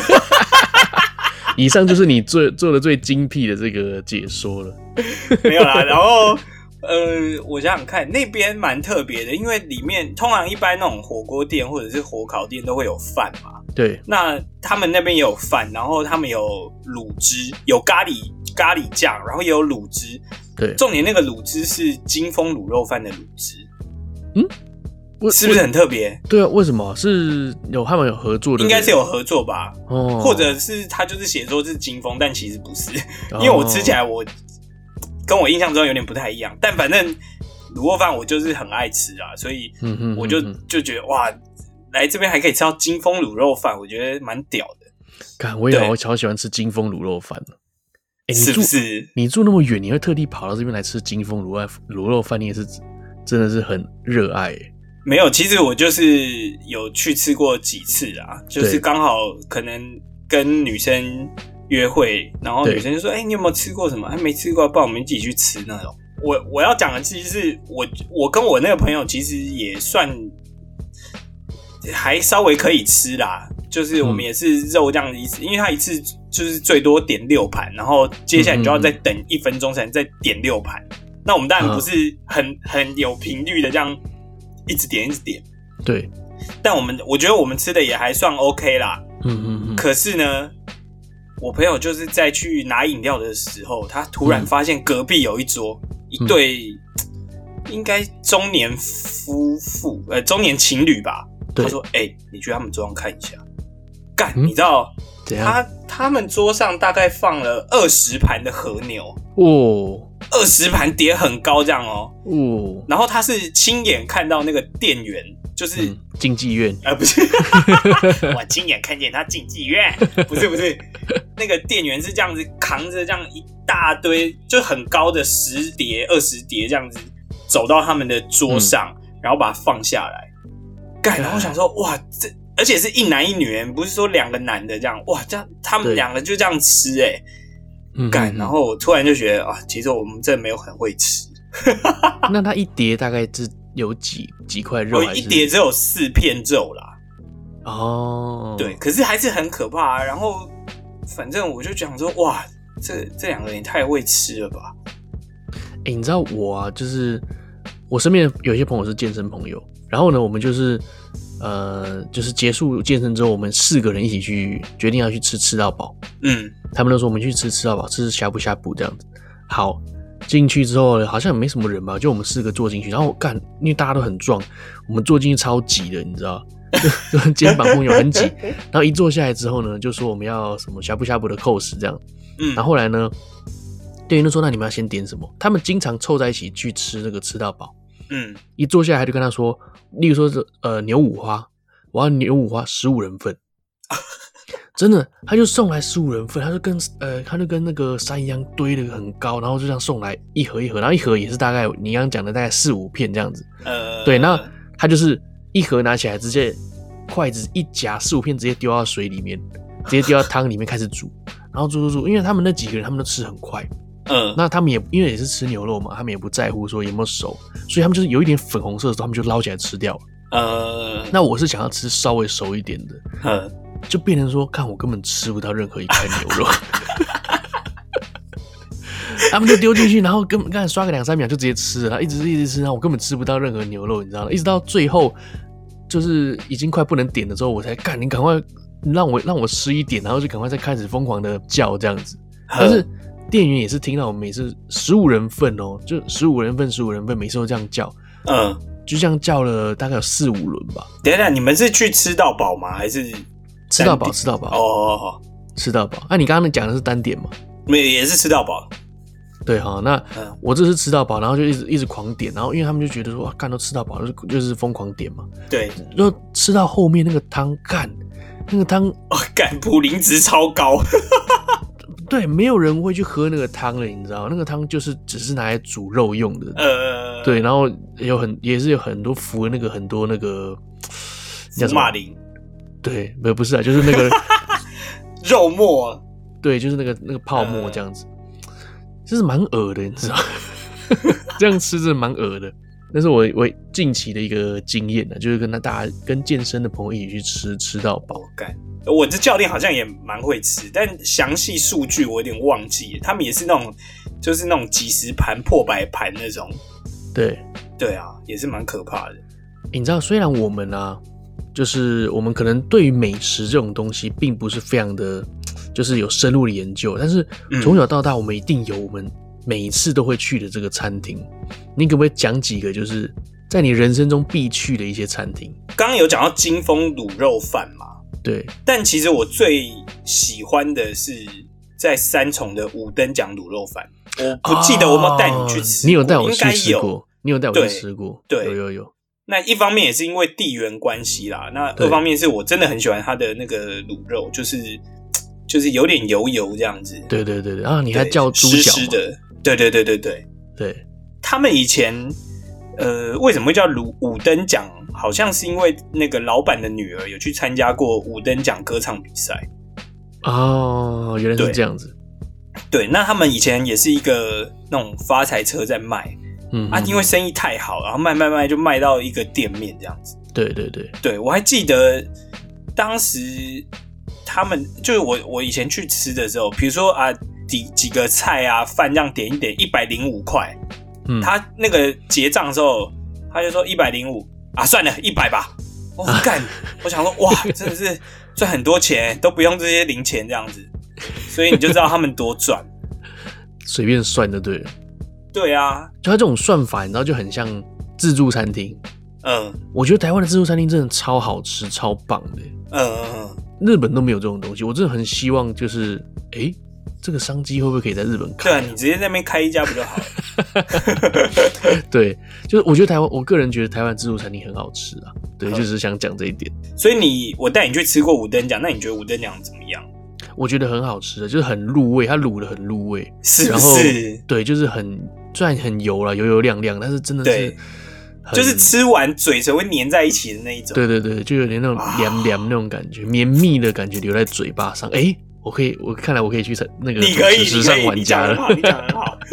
Speaker 2: 以上就是你做做的最精辟的这个解说了。
Speaker 3: 没有啦，然后呃，我想想看，那边蛮特别的，因为里面通常一般那种火锅店或者是火烤店都会有饭嘛。
Speaker 2: 对，
Speaker 3: 那他们那边也有饭，然后他们有卤汁，有咖喱咖喱酱，然后也有卤汁。
Speaker 2: 对，
Speaker 3: 重点那个卤汁是金丰卤肉饭的卤汁。
Speaker 2: 嗯，
Speaker 3: 是不是很特别？
Speaker 2: 对啊，为什么？是有他们有合作的？
Speaker 3: 应该是有合作吧。
Speaker 2: 哦，
Speaker 3: 或者是他就是写说是金丰，但其实不是，因为我吃起来我跟我印象中有点不太一样。但反正卤肉饭我就是很爱吃啊，所以我就、嗯、哼哼哼就觉得哇。来这边还可以吃到金丰卤肉饭，我觉得蛮屌的。
Speaker 2: 干，我也好超喜欢吃金丰卤肉饭了。欸、
Speaker 3: 是不是？
Speaker 2: 你住那么远，你会特地跑到这边来吃金丰卤卤肉饭，你也是真的是很热爱、欸。
Speaker 3: 没有，其实我就是有去吃过几次啊，就是刚好可能跟女生约会，然后女生就说：“哎、欸，你有没有吃过什么？还没吃过，不然我们一起去吃那种。”我我要讲的其实是我我跟我那个朋友其实也算。 还稍微可以吃啦，就是我们也是肉这样一次，嗯、因为它一次就是最多点六盘，然后接下来你就要再等一分钟才能再点六盘。那我们当然不是很、嗯、很有频率的这样一直点一直点，
Speaker 2: 对。
Speaker 3: 但我们我觉得我们吃的也还算 OK 啦，
Speaker 2: 嗯嗯嗯。
Speaker 3: 可是呢，我朋友就是在去拿饮料的时候，他突然发现隔壁有一桌、嗯、一对、嗯、应该中年夫妇，呃，中年情侣吧。他说：“哎、欸，你去他们桌上看一下。”干、嗯，你知道他他们桌上大概放了二十盘的和牛
Speaker 2: 哦，
Speaker 3: 二十盘叠很高这样哦
Speaker 2: 哦。
Speaker 3: 然后他是亲眼看到那个店员，就是
Speaker 2: 竞、嗯、技院，
Speaker 3: 呃，不是，我亲眼看见他竞技院，不是不是，那个店员是这样子扛着这样一大堆，就很高的十碟、二十碟这样子走到他们的桌上，嗯、然后把它放下来。干，然后我想说，哇，这而且是一男一女，不是说两个男的这样，哇，这样他们两个就这样吃，哎，干，然后我突然就觉得啊，其实我们真的没有很会吃。
Speaker 2: 那他一碟大概是有几几块肉？
Speaker 3: 我一碟只有四片肉啦。
Speaker 2: 哦，
Speaker 3: 对，可是还是很可怕、啊。然后反正我就讲说，哇，这这两个人也太会吃了吧？
Speaker 2: 哎、欸，你知道我啊，就是我身边有些朋友是健身朋友。然后呢，我们就是呃，就是结束健身之后，我们四个人一起去决定要去吃吃到饱。
Speaker 3: 嗯，
Speaker 2: 他们都说我们去吃吃到饱，吃呷哺呷哺这样子。好，进去之后好像也没什么人吧，就我们四个坐进去。然后干，因为大家都很壮，我们坐进去超挤的，你知道，就就肩膀后面很挤。然后一坐下来之后呢，就说我们要什么呷哺呷哺的扣食这样。
Speaker 3: 嗯，
Speaker 2: 然后后来呢，店员就说那你们要先点什么？他们经常凑在一起去吃那个吃到饱。
Speaker 3: 嗯，
Speaker 2: 一坐下来他就跟他说，例如说是呃牛五花，我要牛五花十五人份，真的，他就送来十五人份，他就跟呃他就跟那个山一样堆得很高，然后就这样送来一盒一盒，然后一盒也是大概你刚刚讲的大概四五片这样子，
Speaker 3: 呃，
Speaker 2: 对，那他就是一盒拿起来直接筷子一夹四五片直接丢到水里面，直接丢到汤里面开始煮，然后煮煮煮，因为他们那几个人他们都吃很快。
Speaker 3: 嗯，
Speaker 2: 那他们也因为也是吃牛肉嘛，他们也不在乎说有没有熟，所以他们就是有一点粉红色的时候，他们就捞起来吃掉了。
Speaker 3: 呃，
Speaker 2: 那我是想要吃稍微熟一点的，
Speaker 3: 嗯，
Speaker 2: 就变成说，看我根本吃不到任何一块牛肉，他们就丢进去，然后根本刚才刷个两三秒就直接吃了，然后一直一直吃，然后我根本吃不到任何牛肉，你知道吗？一直到最后就是已经快不能点了之后，我才干，你赶快让我让我吃一点，然后就赶快再开始疯狂的叫这样子，但是。店员也是听到我们每次十五人份哦，就十五人份十五人份，每次都这样叫，
Speaker 3: 嗯，
Speaker 2: 就这样叫了大概有四五轮吧。
Speaker 3: 等一下，你们是去吃到饱吗？还是
Speaker 2: 吃到饱？吃到饱
Speaker 3: 哦哦哦，
Speaker 2: 吃到饱。那、啊、你刚刚讲的是单点吗？
Speaker 3: 没有，也是吃到饱。
Speaker 2: 对哈，那、嗯、我这是吃到饱，然后就一直一直狂点，然后因为他们就觉得说哇，干都吃到饱，就是就是疯狂点嘛。
Speaker 3: 对，
Speaker 2: 然后吃到后面那个汤干，那个汤
Speaker 3: 哦，干普林值超高。
Speaker 2: 对，没有人会去喝那个汤了，你知道，那个汤就是只是拿来煮肉用的。
Speaker 3: 呃，
Speaker 2: 对，然后有很也是有很多浮那个很多那个
Speaker 3: 福马林，
Speaker 2: 对，不不是啊，就是那个
Speaker 3: 肉末，
Speaker 2: 对，就是那个那个泡沫这样子，就是蛮恶的，你知道，这样吃真的蛮恶的。那是我我近期的一个经验呢，就是跟他大家跟健身的朋友一起去吃吃到饱干。
Speaker 3: 我这教练好像也蛮会吃，但详细数据我有点忘记了。他们也是那种，就是那种几十盘破百盘那种。
Speaker 2: 对，
Speaker 3: 对啊，也是蛮可怕的。
Speaker 2: 你知道，虽然我们啊，就是我们可能对于美食这种东西，并不是非常的，就是有深入的研究，但是从小到大，我们一定有我们每一次都会去的这个餐厅。你可不可以讲几个，就是在你人生中必去的一些餐厅？
Speaker 3: 刚刚有讲到金峰卤肉饭嘛？
Speaker 2: 对，
Speaker 3: 但其实我最喜欢的是在三重的五灯奖卤肉饭。我不记得我有没有带你去吃、
Speaker 2: 哦，你有带我去
Speaker 3: 吃
Speaker 2: 过，你有带我去吃过，
Speaker 3: 对，
Speaker 2: 有有有。
Speaker 3: 那一方面也是因为地缘关系啦，那二方面是我真的很喜欢它的那个卤肉，就是就是有点油油这样子。
Speaker 2: 对对对对，啊，你还叫猪脚
Speaker 3: 湿湿的，对对对对对
Speaker 2: 对。
Speaker 3: 他们以前呃为什么会叫卤五灯奖？好像是因为那个老板的女儿有去参加过五灯奖歌唱比赛。
Speaker 2: 哦，原来是这样子。
Speaker 3: 对，那他们以前也是一个那种发财车在卖，
Speaker 2: 嗯啊，
Speaker 3: 因为生意太好，然后卖卖卖就卖到一个店面这样子。
Speaker 2: 对对对
Speaker 3: 对，我还记得当时他们就是我我以前去吃的时候，比如说啊几几个菜啊饭这样点一点一百零五块，嗯，他那个结账的时候他就说一百零五啊，算了一百吧。我干、啊，我想说哇，真的是赚很多钱，都不用这些零钱这样子，所以你就知道他们多赚，
Speaker 2: 随便算就对了。
Speaker 3: 对啊，
Speaker 2: 就他这种算法，你知道就很像自助餐厅。嗯，我觉得台湾的自助餐厅真的超好吃、超棒的。嗯嗯嗯，日本都没有这种东西，我真的很希望就是，哎、欸，这个商机会不会可以在日本开、
Speaker 3: 啊？对啊，你直接在那边开一家不就好了？
Speaker 2: 对，就是我觉得台湾，我个人觉得台湾自助餐厅很好吃啊。对，就是想讲这一点。
Speaker 3: 所以你我带你去吃过五灯奖，那你觉得五灯奖怎么样？
Speaker 2: 我觉得很好吃的，就是很入味，它卤的很入味，
Speaker 3: 是不是？
Speaker 2: 对，就是很虽然很油啦，油油亮亮，但是真的是。
Speaker 3: 就是吃完嘴唇会粘在一起的那一种，
Speaker 2: 对对对，就有点那种凉凉那种感觉，绵密的感觉留在嘴巴上。哎、欸，我可以，我看来我可以去那个时尚玩家了。
Speaker 3: 你讲得很好，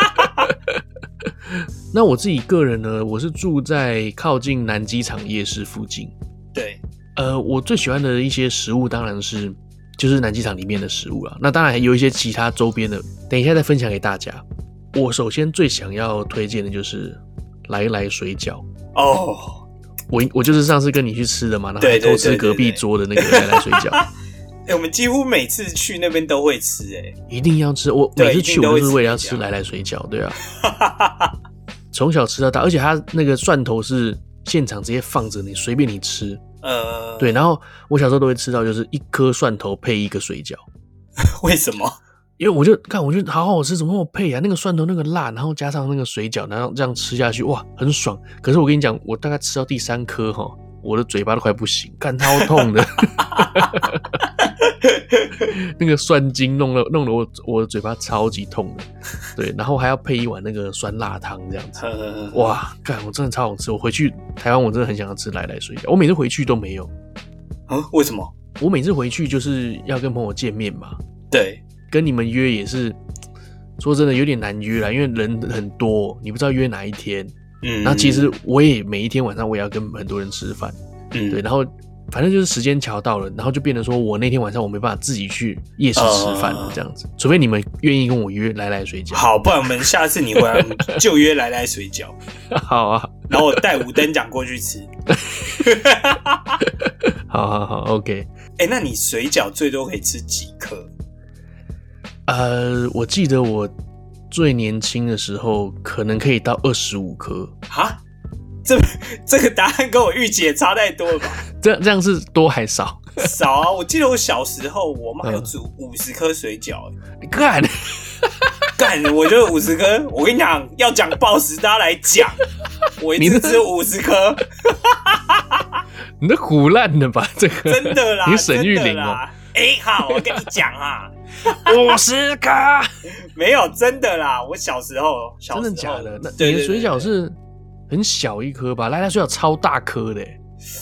Speaker 2: 那我自己个人呢，我是住在靠近南机场夜市附近。
Speaker 3: 对，
Speaker 2: 呃，我最喜欢的一些食物当然是就是南机场里面的食物啦。那当然还有一些其他周边的，等一下再分享给大家。我首先最想要推荐的就是来来水饺
Speaker 3: 哦，
Speaker 2: oh. 我我就是上次跟你去吃的嘛，然后还偷吃隔壁桌的那个来来水饺。
Speaker 3: 哎、欸，我们几乎每次去那边都会吃、欸，哎，
Speaker 2: 一定要吃。我每次去我就是为了要吃来来水饺，对啊，从小吃到大，而且它那个蒜头是现场直接放着，你随便你吃。呃，对，然后我小时候都会吃到，就是一颗蒜头配一个水饺。
Speaker 3: 为什么？
Speaker 2: 因为我就看，我觉得好好吃，怎么那么配啊？那个蒜头那个辣，然后加上那个水饺，然后这样吃下去，哇，很爽。可是我跟你讲，我大概吃到第三颗哈，我的嘴巴都快不行，干超痛的。那个蒜精弄了弄得我我的嘴巴超级痛的，对，然后还要配一碗那个酸辣汤这样子，哇，干我真的超好吃。我回去台湾，我真的很想要吃来来水饺，我每次回去都没有。
Speaker 3: 啊？为什么？
Speaker 2: 我每次回去就是要跟朋友见面嘛，
Speaker 3: 对。
Speaker 2: 跟你们约也是，说真的有点难约啦，因为人很多，你不知道约哪一天。嗯，那其实我也每一天晚上我也要跟很多人吃饭，嗯，对，然后反正就是时间瞧到了，然后就变成说我那天晚上我没办法自己去夜市吃饭这样子，呃、除非你们愿意跟我约来来水饺。
Speaker 3: 好，不然我们下次你回来就约来来水饺。
Speaker 2: 好啊，
Speaker 3: 然后我带五灯奖过去吃。
Speaker 2: 好好好 ，OK。
Speaker 3: 哎、欸，那你水饺最多可以吃几颗？
Speaker 2: 呃，我记得我最年轻的时候，可能可以到二十五颗。
Speaker 3: 哈，这这个答案跟我预期也差太多了吧？
Speaker 2: 这这样是多还少？
Speaker 3: 少啊！我记得我小时候，我妈有煮五十颗水饺。
Speaker 2: 你干
Speaker 3: 干，我就五十颗。我跟你讲，要讲报时，大家来讲。我一次吃五十颗。
Speaker 2: 你都唬烂了吧？这个
Speaker 3: 真的啦，
Speaker 2: 你沈玉琳哦。
Speaker 3: 哎、欸，好，我跟你讲啊。
Speaker 2: 五十颗
Speaker 3: 没有真的啦，我小时候，小时候
Speaker 2: 真的假的？那你的水饺是很小一颗吧？来来水饺超大颗的、欸，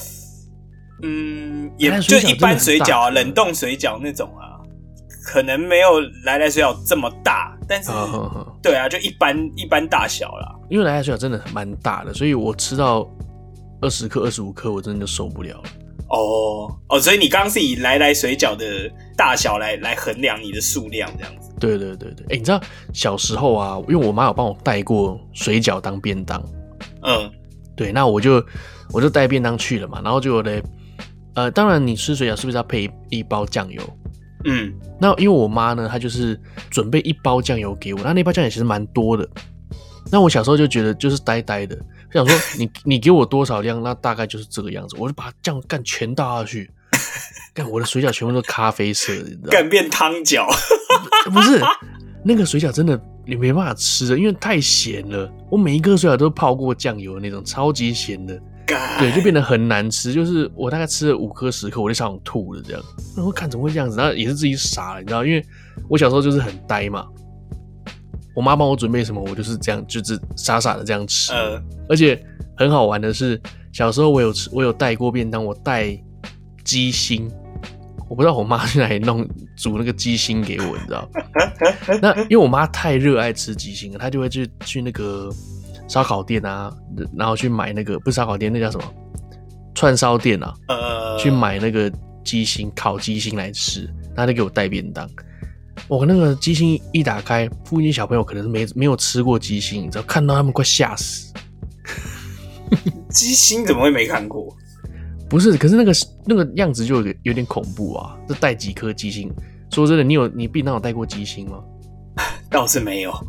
Speaker 3: 嗯，也就一般水饺啊，冷冻水饺那种啊，可能没有来来水饺这么大，但是、哦、对啊，就一般一般大小啦。
Speaker 2: 因为来来水饺真的蛮大的，所以我吃到二十颗、二十五颗，我真的就受不了了。
Speaker 3: 哦哦，所以你刚刚是以来来水饺的大小来来衡量你的数量，这样子。
Speaker 2: 对对对对，哎、欸，你知道小时候啊，因为我妈有帮我带过水饺当便当，嗯，对，那我就我就带便当去了嘛，然后就嘞，呃，当然你吃水饺是不是要配一, 一包酱油？嗯，那因为我妈呢，她就是准备一包酱油给我，那那包酱油其实蛮多的，那我小时候就觉得就是呆呆的。想说你你给我多少量，那大概就是这个样子，我就把酱干全倒下去，干我的水饺全部都咖啡色的，你知道吗？
Speaker 3: 干变汤饺，
Speaker 2: 不是那个水饺真的你没办法吃的，因为太咸了。我每一颗水饺都泡过酱油的那种，超级咸的，对，就变得很难吃。就是我大概吃了五颗十颗，我就想吐了这样。然后看怎么会这样子，然后也是自己傻了，你知道，因为我小时候就是很呆嘛。我妈帮我准备什么，我就是这样，就是傻傻的这样吃。呃、而且很好玩的是，小时候我有吃，我有带过便当，我带鸡心，我不知道我妈去哪里弄煮那个鸡心给我，你知道？那因为我妈太热爱吃鸡心了，她就会去去那个烧烤店啊，然后去买那个不是烧烤店，那叫什么？ 串烧店啊，
Speaker 3: 呃，
Speaker 2: 去买那个鸡心烤鸡心来吃，他就给我带便当。我那个鸡心一打开，附近小朋友可能是没没有吃过鸡心，你知道，看到他们快吓死。
Speaker 3: 鸡心怎么会没看过？
Speaker 2: 不是，可是那个那个样子就有有点恐怖啊！这带几颗鸡心？说真的，你有你便当有带过鸡心吗？
Speaker 3: 倒是没有。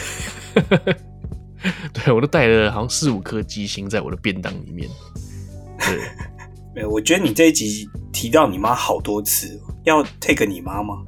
Speaker 2: 对，我都带了好像四五颗鸡心在我的便当里面。对，
Speaker 3: 没有。我觉得你这一集提到你妈好多次，要 take 你妈吗？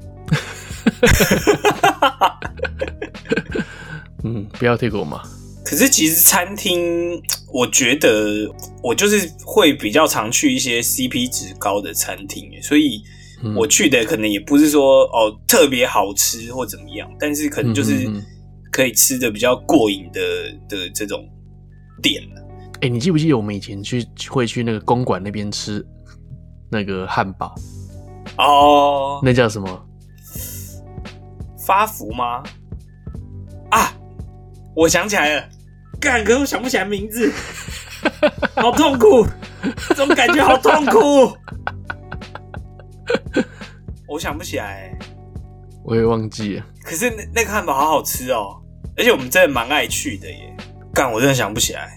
Speaker 2: 嗯，不要 take 我妈。
Speaker 3: 可是其实餐厅，我觉得我就是会比较常去一些 C P 值高的餐厅，所以我去的可能也不是说哦特别好吃或怎么样，但是可能就是可以吃的比较过瘾的的这种店。
Speaker 2: 哎、欸，你记不记得我们以前去会去那个公馆那边吃那个汉堡？
Speaker 3: 哦，
Speaker 2: 那叫什么？
Speaker 3: 发福吗？啊，我想起来了，干，可是我想不起来名字，好痛苦，这种感觉好痛苦，我想不起来，
Speaker 2: 我也忘记了。
Speaker 3: 可是 那, 那个汉堡好好吃哦，而且我们真的蛮爱去的耶，干，我真的想不起来。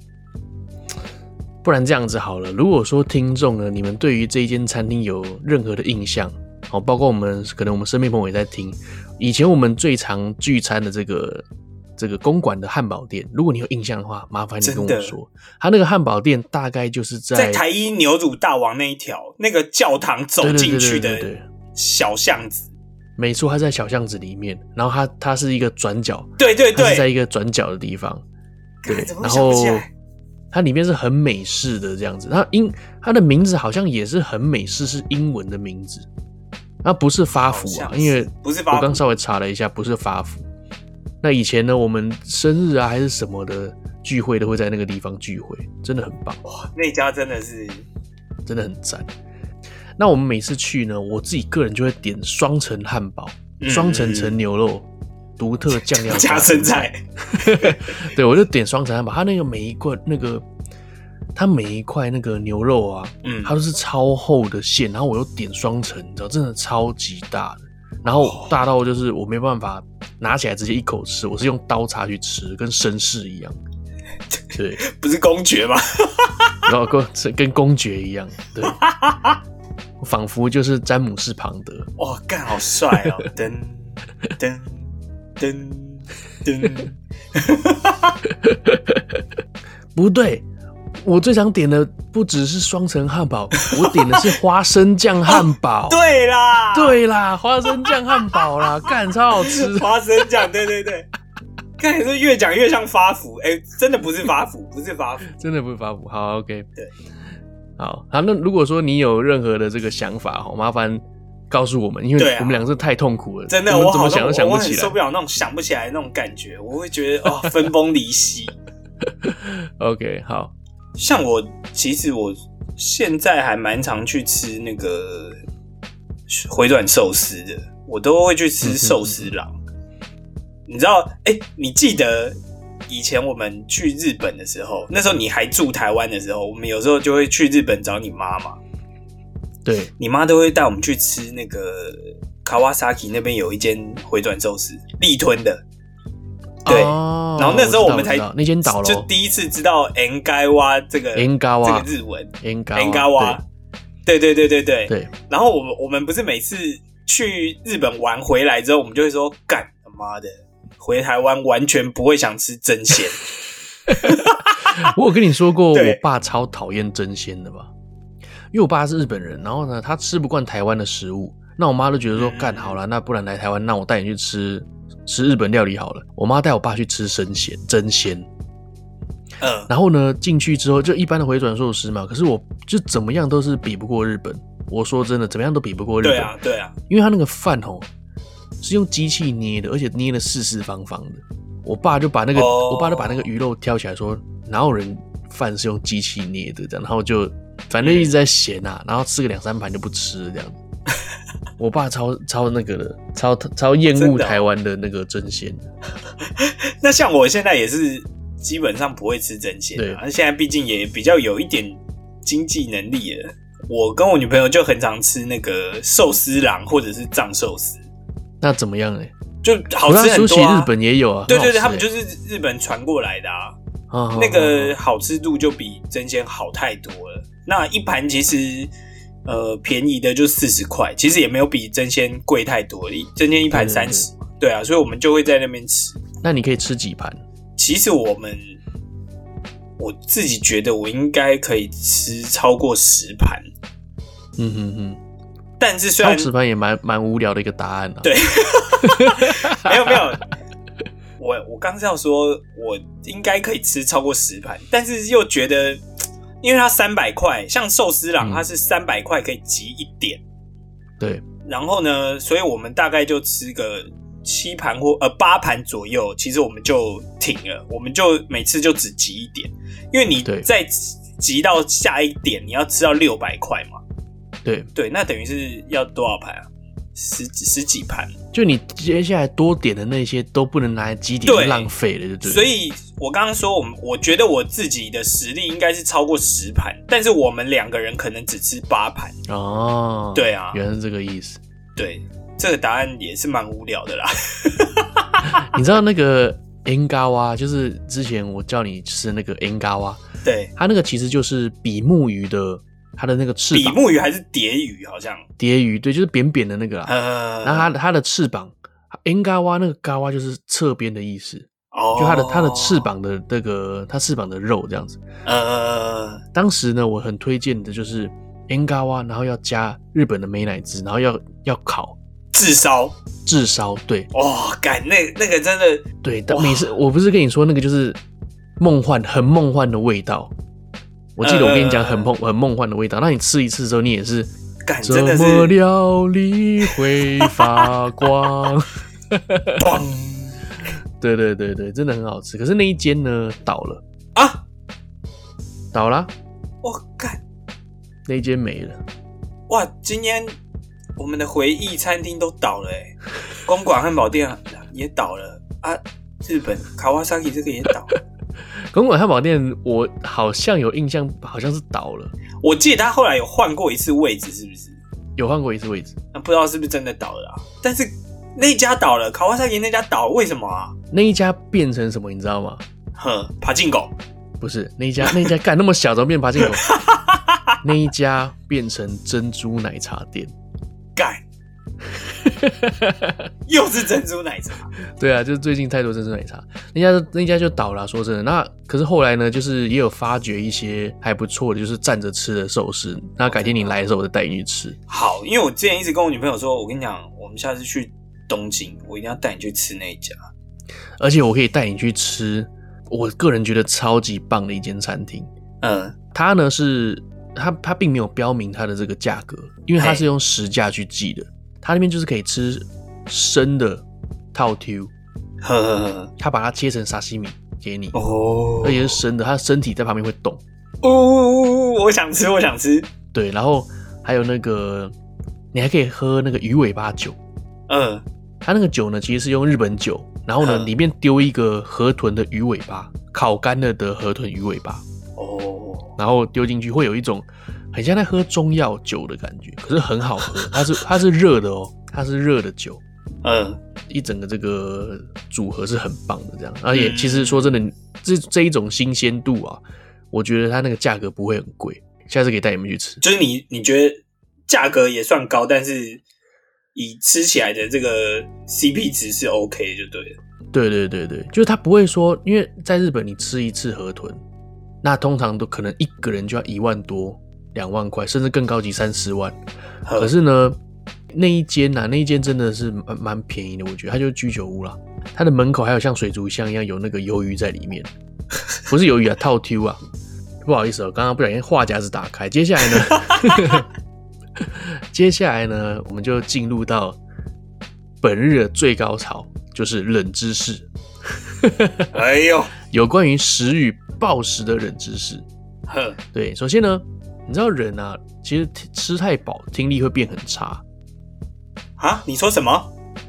Speaker 2: 不然这样子好了，如果说听众呢，你们对于这一间餐厅有任何的印象，好，包括我们可能我们身边朋友也在听，以前我们最常聚餐的这个这个公馆的汉堡店，如果你有印象的话，麻烦你跟我说。他那个汉堡店大概就是在
Speaker 3: 在台一牛乳大王那一条那个教堂走进去的小巷子。
Speaker 2: 没错，它在小巷子里面，然后它它是一个转角，
Speaker 3: 对对对，
Speaker 2: 它是在一个转角的地方，对，然后它里面是很美式的这样子，它英它的名字好像也是很美式，是英文的名字，那不是发福啊，因为
Speaker 3: 不是发福，
Speaker 2: 我刚稍微查了一下，不是发福。那以前呢，我们生日啊还是什么的聚会都会在那个地方聚会，真的很棒。
Speaker 3: 哇，那家真的是
Speaker 2: 真的很赞。那我们每次去呢，我自己个人就会点双层汉堡，双层层牛肉，独特酱料
Speaker 3: 加生菜。
Speaker 2: 对，我就点双层汉堡，它那个每一块那个，它每一块那个牛肉啊，嗯，它都是超厚的馅，然后我又点双层，你知道，真的超级大的，然后大到就是我没办法拿起来直接一口吃，我是用刀叉去吃，跟绅士一样。对，
Speaker 3: 不是公爵吗？
Speaker 2: 然后跟跟公爵一样，对。仿佛就是詹姆士庞德。
Speaker 3: 哇，干好帅哦！噔噔噔噔，
Speaker 2: 不对，我最常点的不只是双层汉堡，我点的是花生酱汉堡。
Speaker 3: 哦。对啦，
Speaker 2: 对啦，花生酱汉堡啦，干超好吃。
Speaker 3: 花生酱，对对对。看是越讲越像发福，哎、欸，真的不是发福，不是发福，
Speaker 2: 真的不是发福。好 ，OK，
Speaker 3: 对。
Speaker 2: 好，好，那如果说你有任何的这个想法，麻烦告诉我们，因为我们两个是太痛苦了，
Speaker 3: 真的，
Speaker 2: 我怎么想都想不起来，
Speaker 3: 我很受不了那种想不起来那种感觉，我会觉得哦，分崩离析。
Speaker 2: OK， 好，
Speaker 3: 像我其实我现在还蛮常去吃那个回转寿司的，我都会去吃寿司郎。嗯、你知道，哎、欸，你记得？以前我们去日本的时候，那时候你还住台湾的时候，我们有时候就会去日本找你妈嘛。
Speaker 2: 对，
Speaker 3: 你妈都会带我们去吃那个 Kawasaki 那边有一间回转寿司，立吞的。对，哦、然后那时候我们才
Speaker 2: 那间倒了，
Speaker 3: 就第一次知道 Engawa 这个
Speaker 2: Engawa
Speaker 3: 这个日文
Speaker 2: Engawa，
Speaker 3: 对对对对对
Speaker 2: 对。
Speaker 3: 然后我们我们不是每次去日本玩回来之后，我们就会说干他妈的。回台湾完全不会想吃真鲜。
Speaker 2: 我有跟你说过，我爸超讨厌真鲜的吧？因为我爸是日本人，然后呢，他吃不惯台湾的食物，那我妈就觉得说，干、嗯、好了，那不然来台湾，那我带你去吃吃日本料理好了。我妈带我爸去吃生鲜真鲜，
Speaker 3: 嗯，
Speaker 2: 然后呢，进去之后就一般的回转寿司嘛，可是我就怎么样都是比不过日本。我说真的，怎么样都比不过日本。
Speaker 3: 对啊，对啊，
Speaker 2: 因为他那个饭吼。是用机器捏的，而且捏的四四方方的。我爸就把那个， oh. 我爸就把那个鱼肉挑起来说，哪有人饭是用机器捏的这样，然后就反正一直在嫌啊，然后吃个两三盘就不吃了这样。我爸超超那个的，超超厌恶台湾的那个真鲜。
Speaker 3: 那像我现在也是基本上不会吃真鲜啊，现在毕竟也比较有一点经济能力了。我跟我女朋友就很常吃那个寿司郎或者是藏寿司。
Speaker 2: 那怎么样呢？
Speaker 3: 就好吃很多啊。
Speaker 2: 日本也有啊。
Speaker 3: 对对对，他们就是日本传过来的啊。哦、那个好吃度就比真鲜好太多了。那一盘其实呃便宜的就四十块，其实也没有比真鲜贵太多。真鲜一盘三十嘛，对啊，所以我们就会在那边吃。
Speaker 2: 那你可以吃几盘？其
Speaker 3: 实我们我自己觉得我应该可以吃超过十盘。
Speaker 2: 嗯哼哼。
Speaker 3: 但是虽然
Speaker 2: 超十盘也蛮蛮无聊的一个答案啊。
Speaker 3: 对，没有没有。我我刚是要说，我应该可以吃超过十盘，但是又觉得，因为它三百块，像寿司郎，它是三百块可以集一点，
Speaker 2: 对。
Speaker 3: 然后呢，所以我们大概就吃个七盘或呃八盘左右，其实我们就停了，我们就每次就只集一点，因为你再集到下一点，你要吃到六百块嘛，
Speaker 2: 对
Speaker 3: 对，那等于是要多少盘啊？十十几盘，
Speaker 2: 就你接下来多点的那些都不能拿来积点，浪费了，就对。
Speaker 3: 所以我刚刚说，我们我觉得我自己的实力应该是超过十盘，但是我们两个人可能只吃八盘。
Speaker 2: 哦，
Speaker 3: 对啊，
Speaker 2: 原来是这个意思。
Speaker 3: 对，这个答案也是蛮无聊的啦。
Speaker 2: 你知道那个 Engawa， 就是之前我叫你吃的那个 Engawa，
Speaker 3: 对，
Speaker 2: 它那个其实就是比目鱼的。它的那个翅膀，
Speaker 3: 比目鱼还是蝶鱼？好像
Speaker 2: 蝶鱼，对，就是扁扁的那个啦。呃，然后它它的翅膀 ，engawa 那个 gawa 就是侧边的意思。哦，就它的它的翅膀的那个它翅膀的肉这样子。
Speaker 3: 呃，
Speaker 2: 当时呢，我很推荐的就是 engawa， 然后要加日本的美乃滋，然后要要烤
Speaker 3: 炙烧，
Speaker 2: 炙烧，对。
Speaker 3: 哇，干那那个真的，
Speaker 2: 对，但每次我不是跟你说那个就是梦幻，很梦幻的味道。我记得我跟你讲很梦很梦幻的味道，那你吃一次之后，你也是
Speaker 3: 怎
Speaker 2: 么料理会发光？对对对对，真的很好吃。可是那一间呢倒了
Speaker 3: 啊，
Speaker 2: 倒了。
Speaker 3: 我干，
Speaker 2: 那一间没了。
Speaker 3: 哇，今天我们的回忆餐厅都倒了哎、欸，公馆汉堡店也倒了啊，日本卡瓦萨基这个也倒了。
Speaker 2: 公馆汉堡店，我好像有印象，好像是倒了。
Speaker 3: 我记得他后来有换过一次位置，是不是？
Speaker 2: 有换过一次位置，
Speaker 3: 那不知道是不是真的倒了啊？但是那一家倒了，卡瓦萨基那家倒，为什么啊？
Speaker 2: 那一家变成什么，你知道吗？
Speaker 3: 呵，爬进狗？
Speaker 2: 不是，那一家那一家干那么小，怎么变爬进狗？那一家变成珍珠奶茶店，
Speaker 3: 干。又是珍珠奶茶，
Speaker 2: 对啊，就是最近太多珍珠奶茶，那家那家就倒了、啊。说真的，那可是后来呢，就是也有发掘一些还不错的，就是站着吃的寿司。那改天你来的时候，我再带你去吃。
Speaker 3: 好，因为我之前一直跟我女朋友说，我跟你讲，我们下次去东京，我一定要带你去吃那一家，
Speaker 2: 而且我可以带你去吃，我个人觉得超级棒的一间餐厅。
Speaker 3: 嗯，
Speaker 2: 它呢是它它并没有标明它的这个价格，因为它是用实价去计的。它那边就是可以吃生的套 Q， 它把它切成沙西米给你，
Speaker 3: 哦，
Speaker 2: 而且是生的，它的身体在旁边会动。
Speaker 3: 哦，我想吃，我想吃。
Speaker 2: 对，然后还有那个，你还可以喝那个鱼尾巴酒。
Speaker 3: 嗯，
Speaker 2: 它那个酒呢，其实是用日本酒，然后呢，里面丢一个河豚的鱼尾巴，烤干了的河豚鱼尾巴。
Speaker 3: 哦，
Speaker 2: 然后丢进去，会有一种很像在喝中药酒的感觉，可是很好喝。它是它是热的哦，它是热的酒。
Speaker 3: 嗯，
Speaker 2: 一整个这个组合是很棒的，这样。而且其实说真的，这这一种新鲜度啊，我觉得它那个价格不会很贵。下次可以带你们去吃。
Speaker 3: 就是你你觉得价格也算高，但是以吃起来的这个 C P 值是 OK 的，就对了。
Speaker 2: 对对对对，就是它不会说，因为在日本你吃一次河豚，那通常都可能一个人就要一万多、两万块，甚至更高级三四万。可是呢，那一间啊，那一间真的是蛮蛮便宜的，我觉得它就是居酒屋啦。它的门口还有像水族箱一样有那个鱿鱼在里面，不是鱿鱼啊，套 Q 啊。不好意思哦，刚刚不小心话匣子打开。接下来呢，接下来呢，我们就进入到本日的最高潮，就是冷知识。
Speaker 3: 哎呦，
Speaker 2: 有关于食与暴食的冷知识。
Speaker 3: 呵，
Speaker 2: 对，首先呢，你知道人啊，其实吃太饱，听力会变很差。
Speaker 3: 啊？你说什么？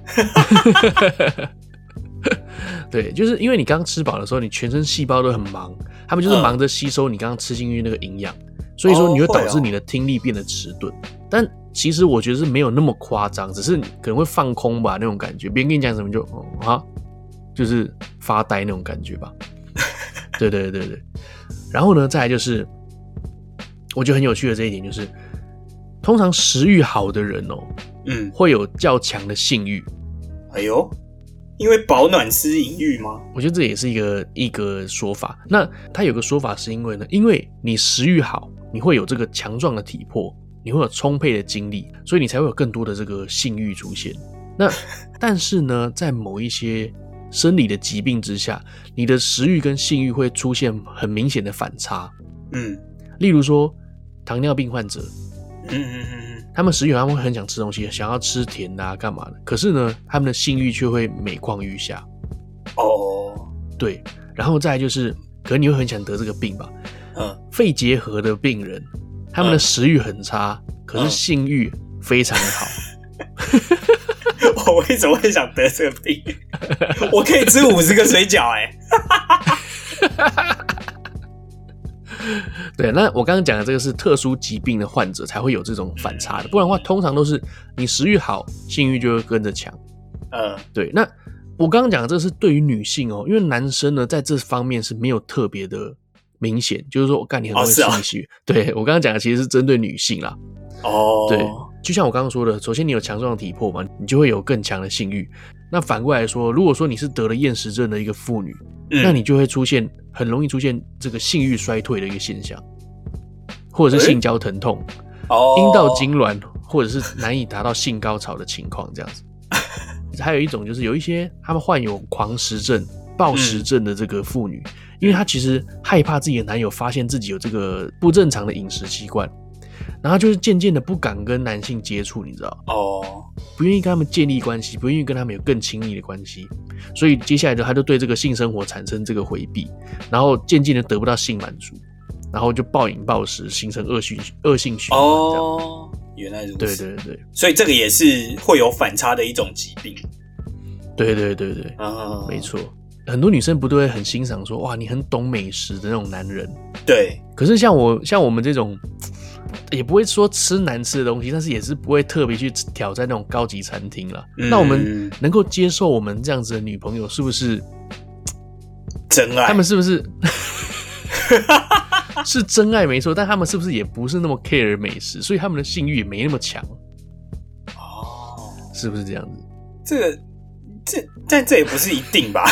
Speaker 2: 对，就是因为你刚吃饱的时候，你全身细胞都很忙，他们就是忙着吸收你刚刚吃进去那个营养， 所以说你会导致你的听力变得迟钝。哦哦、但其实我觉得是没有那么夸张，只是可能会放空吧那种感觉，别人跟你讲什么就哦啊，就是发呆那种感觉吧。对对对对。然后呢，再来就是我觉得很有趣的这一点就是，通常食欲好的人哦，嗯，会有较强的性欲。
Speaker 3: 哎呦。因为保暖思淫欲吗？
Speaker 2: 我觉得这也是一个一个说法。那他有个说法是因为呢，因为你食欲好，你会有这个强壮的体魄，你会有充沛的精力，所以你才会有更多的这个性欲出现。那但是呢，在某一些生理的疾病之下，你的食欲跟性欲会出现很明显的反差。嗯，例如说糖尿病患者，嗯嗯嗯。他们食欲他们会很想吃东西，想要吃甜的啊，干嘛的？可是呢，他们的性欲却会每况愈下。哦，对，然后再来就是，可能你会很想得这个病吧？嗯，肺结核的病人，他们的食欲很差，嗯、可是性欲非常的好。
Speaker 3: 我为什么会想得这个病？我可以吃五十个水饺哎、欸。
Speaker 2: 对，那我刚刚讲的这个是特殊疾病的患者才会有这种反差的，不然的话，通常都是你食欲好，性欲就会跟着强。嗯，对。那我刚刚讲的这个是对于女性哦，因为男生呢在这方面是没有特别的明显，就是说我干你很会性欲、哦是啊。对，我刚刚讲的其实是针对女性啦。哦，对，就像我刚刚说的，首先你有强壮的体魄嘛，你就会有更强的性欲。那反过来说，如果说你是得了厌食症的一个妇女，嗯、那你就会出现很容易出现这个性欲衰退的一个现象，或者是性交疼痛、欸、阴道痉挛，或者是难以达到性高潮的情况这样子。还有一种就是有一些他们患有狂食症、暴食症的这个妇女、嗯，因为她其实害怕自己的男友发现自己有这个不正常的饮食习惯。然后就是渐渐的不敢跟男性接触，你知道哦，不愿意跟他们建立关系，不愿意跟他们有更亲密的关系，所以接下来就他就对这个性生活产生这个回避，然后渐渐的得不到性满足，然后就暴饮暴食，形成恶性恶性循环。哦，
Speaker 3: 原来如此。
Speaker 2: 对对对，
Speaker 3: 所以这个也是会有反差的一种疾病。
Speaker 2: 对对对对，哦、没错。很多女生不都会很欣赏说，哇，你很懂美食的那种男人。
Speaker 3: 对，
Speaker 2: 可是像我像我们这种。也不会说吃难吃的东西，但是也是不会特别去挑战那种高级餐厅啦、嗯、那我们能够接受我们这样子的女朋友是不是
Speaker 3: 真爱？
Speaker 2: 他们是不是是真爱没错，但他们是不是也不是那么 care 美食，所以他们的性欲也没那么强？哦，是不是这样子？
Speaker 3: 这个这但这也不是一定吧？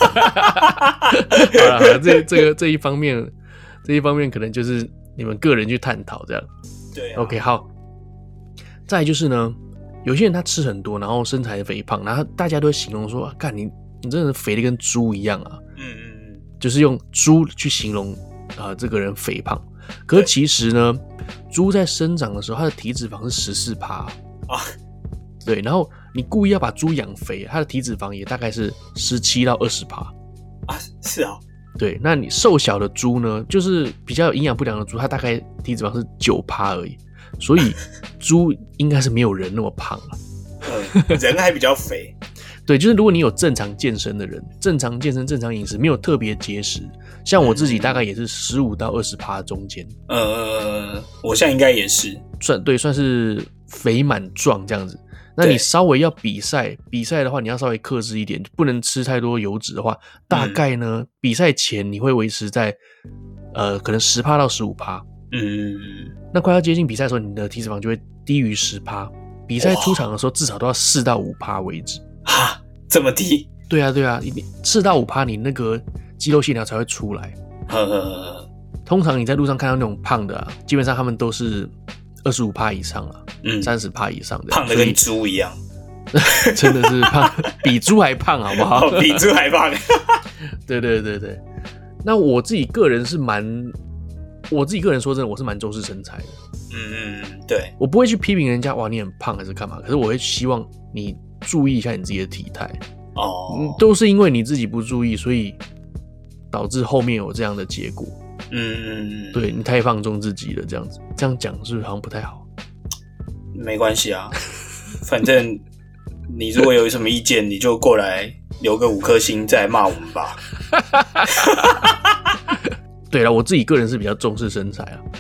Speaker 2: 好啦好啦，这这个这一方面这一方面可能就是你们个人去探讨这样。
Speaker 3: 对、啊、
Speaker 2: OK 好。再来就是呢，有些人他吃很多，然后身材肥胖，然后大家都会形容说，干、啊、你你真的肥得跟猪一样啊。嗯嗯嗯，就是用猪去形容啊、呃、这个人肥胖。可是其实呢，猪在生长的时候，它的体脂肪是 百分之十四 啊。对，然后你故意要把猪养肥，它的体脂肪也大概是十七到二十啊。
Speaker 3: 是啊。
Speaker 2: 对，那你瘦小的猪呢，就是比较有营养不良的猪，它大概体脂肪是 百分之九 而已。所以猪应该是没有人那么胖了、
Speaker 3: 嗯，人还比较肥。
Speaker 2: 对，就是如果你有正常健身的人，正常健身、正常饮食，没有特别节食，像我自己大概也是 百分之十五到二十 中间。
Speaker 3: 呃，我现在应该也是
Speaker 2: 算对，算是肥满壮这样子。那你稍微要比赛，比赛的话，你要稍微克制一点，不能吃太多油脂的话，大概呢，嗯、比赛前你会维持在呃可能 百分之十 到 百分之十五。嗯，那快要接近比赛的时候，你的体脂肪就会低于 百分之十。比赛出场的时候，至少都要 百分之四到百分之五 为止。
Speaker 3: 啊，这么低？
Speaker 2: 对啊，对啊， 百分之四到百分之五 你那个肌肉线条才会出来。呵呵呵，通常你在路上看到那种胖的、啊，基本上他们都是 百分之二十五 以上啊，嗯 ，三十 以上的，
Speaker 3: 胖的跟猪一样。
Speaker 2: 真的是胖，比猪还胖，好不好？
Speaker 3: 哦、比猪还胖。
Speaker 2: 对对对对，那我自己个人是蛮。我自己个人说真的，我是蛮重视身材的。
Speaker 3: 嗯嗯，对，
Speaker 2: 我不会去批评人家哇你很胖还是干嘛，可是我会希望你注意一下你自己的体态。哦、嗯，都是因为你自己不注意，所以导致后面有这样的结果。嗯，对你太放纵自己了，这样子，这样讲是不是好像不太好？
Speaker 3: 没关系啊，反正你如果有什么意见，你就过来留个五颗星再来骂我们吧。
Speaker 2: 对啦，我自己个人是比较重视身材啊。
Speaker 3: 嗯，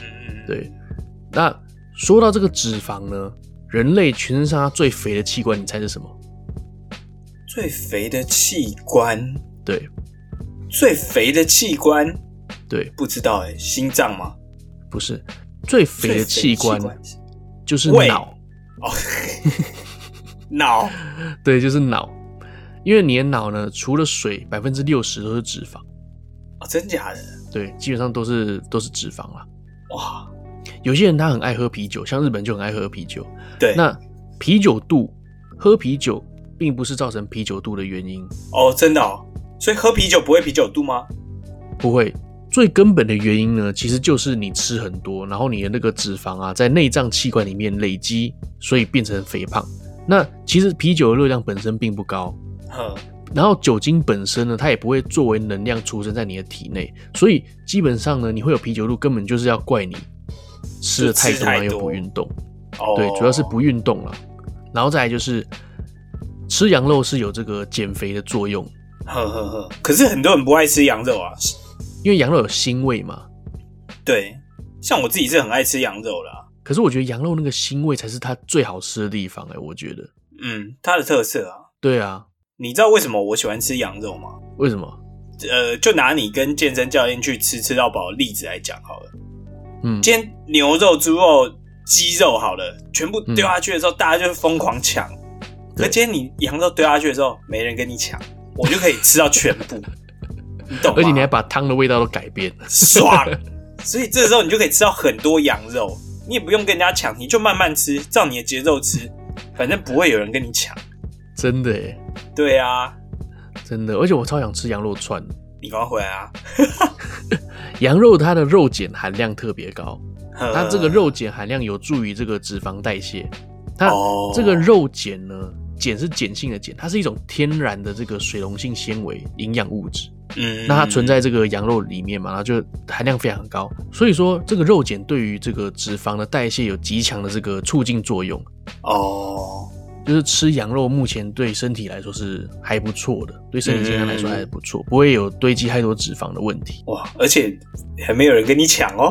Speaker 2: 对。那说到这个脂肪呢，人类全身上最肥的器官，你猜是什么？
Speaker 3: 最肥的器官？
Speaker 2: 对，
Speaker 3: 最肥的器官？
Speaker 2: 对，
Speaker 3: 不知道哎、欸，心脏吗？
Speaker 2: 不是，最肥的器官就是脑。
Speaker 3: 哦，脑，
Speaker 2: 对，就是脑。因为你的脑呢，除了水，百分之六十都是脂肪。
Speaker 3: 哦，真假的？
Speaker 2: 对，基本上都是都是脂肪啦。
Speaker 3: 哇，
Speaker 2: 有些人他很爱喝啤酒，像日本就很爱喝啤酒。
Speaker 3: 对，
Speaker 2: 那啤酒肚，喝啤酒并不是造成啤酒肚的原因。
Speaker 3: 哦，真的哦。所以喝啤酒不会啤酒肚吗？
Speaker 2: 不会。最根本的原因呢，其实就是你吃很多，然后你的那个脂肪啊，在内脏器官里面累积，所以变成肥胖。那其实啤酒的热量本身并不高，然后酒精本身呢，它也不会作为能量储存在你的体内，所以基本上呢，你会有啤酒肚，根本就是要怪你吃的太多，然后又不运动。对，主要是不运动啦。然后再来就是吃羊肉是有这个减肥的作用。
Speaker 3: 呵呵呵，可是很多人不爱吃羊肉啊。
Speaker 2: 因为羊肉有腥味嘛。
Speaker 3: 对，像我自己是很爱吃羊肉啦。
Speaker 2: 可是我觉得羊肉那个腥味才是它最好吃的地方哎、欸，我觉得。
Speaker 3: 嗯，它的特色啊。
Speaker 2: 对啊。
Speaker 3: 你知道为什么我喜欢吃羊肉吗？
Speaker 2: 为什么？
Speaker 3: 呃，就拿你跟健身教练去吃吃到饱的例子来讲好了。
Speaker 2: 嗯。
Speaker 3: 今天牛肉、猪肉、鸡肉好了，全部丢下去的时候，嗯、大家就疯狂抢。可是今天你羊肉丢下去的时候，没人跟你抢，我就可以吃到全部。你懂吗？
Speaker 2: 而且你还把汤的味道都改变，
Speaker 3: 爽！所以这时候你就可以吃到很多羊肉，你也不用跟人家抢，你就慢慢吃，照你的节奏吃，反正不会有人跟你抢。
Speaker 2: 真的耶。
Speaker 3: 对啊，
Speaker 2: 真的，而且我超想吃羊肉串。
Speaker 3: 你赶快回来啊！
Speaker 2: 羊肉它的肉碱含量特别高，它这个肉碱含量有助于这个脂肪代谢。它这个肉碱呢，碱是碱性的碱，它是一种天然的这个水溶性纤维营养物质。嗯，那它存在这个羊肉里面嘛，然后就含量非常高，所以说这个肉碱对于这个脂肪的代谢有极强的这个促进作用。哦，就是吃羊肉目前对身体来说是还不错的，对身体健康来说还不错，不会有堆积太多脂肪的问题。
Speaker 3: 哇，而且还没有人跟你抢哦。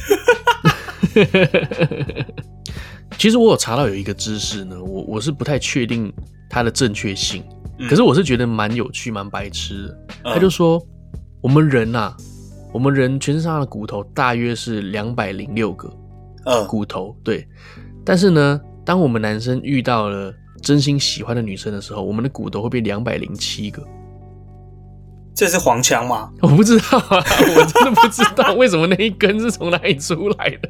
Speaker 2: 其实我有查到有一个知识呢，我我是不太确定它的正确性。可是我是觉得蛮有趣蛮白痴的。他就说我们人啊，我们人全身上的骨头大约是两百零六个骨头，对。但是呢，当我们男生遇到了真心喜欢的女生的时候，我们的骨头会变两百零七个。
Speaker 3: 这是黄腔吗？
Speaker 2: 我不知道啊，我真的不知道为什么那一根是从哪里出来的。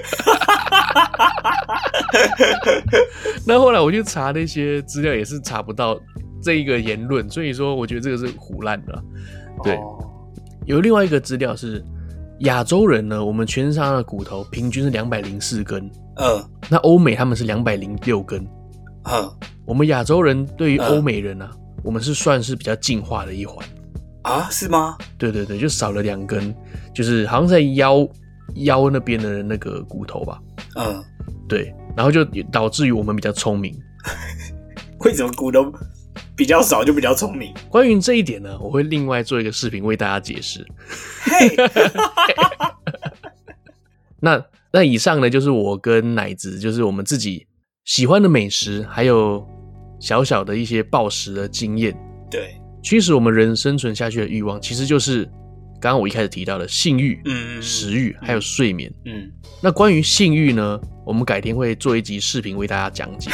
Speaker 2: 那后来我去查那些资料，也是查不到这一个言论，所以说我觉得这个是唬烂的。对，有另外一个资料是亚洲人呢，我们全身上的骨头平均是两百零四根，嗯，那欧美他们是两百零六根，嗯，我们亚洲人对于欧美人啊、嗯，我们是算是比较进化的一环
Speaker 3: 啊，是吗？
Speaker 2: 对对对，就少了两根，就是好像在腰腰那边的那个骨头吧，嗯，对，然后就导致于我们比较聪明。
Speaker 3: 为什么骨头比较少就比较聪明？
Speaker 2: 关于这一点呢，我会另外做一个视频为大家解释。
Speaker 3: 嘿，
Speaker 2: 那那以上呢，就是我跟奶子，就是我们自己喜欢的美食，还有小小的一些暴食的经验。
Speaker 3: 对，
Speaker 2: 驱使我们人生存下去的欲望，其实就是刚刚我一开始提到的性欲、嗯、食欲，还有睡眠。嗯，那关于性欲呢，我们改天会做一集视频为大家讲解。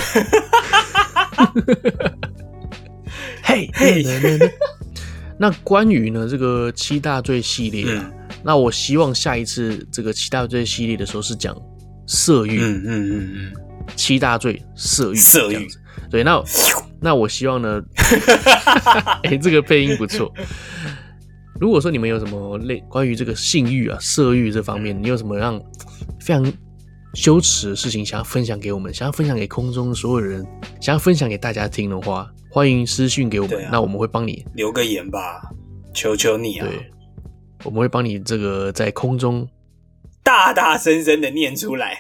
Speaker 2: 嘿，嘿，那关于呢这个七大罪系列啊、嗯，那我希望下一次这个七大罪系列的时候是讲色欲，嗯嗯嗯嗯，七大罪色欲，色欲，对，那那我希望呢，哎、欸，这个配音不错。如果说你们有什么类关于这个性欲啊、色欲这方面，你有什么让非常羞耻的事情想要分享给我们，想要分享给空中所有人，想要分享给大家听的话，欢迎私讯给我们、啊、那我们会帮你
Speaker 3: 留个言吧，求求你啊！
Speaker 2: 对，我们会帮你这个在空中
Speaker 3: 大大声声的念出来。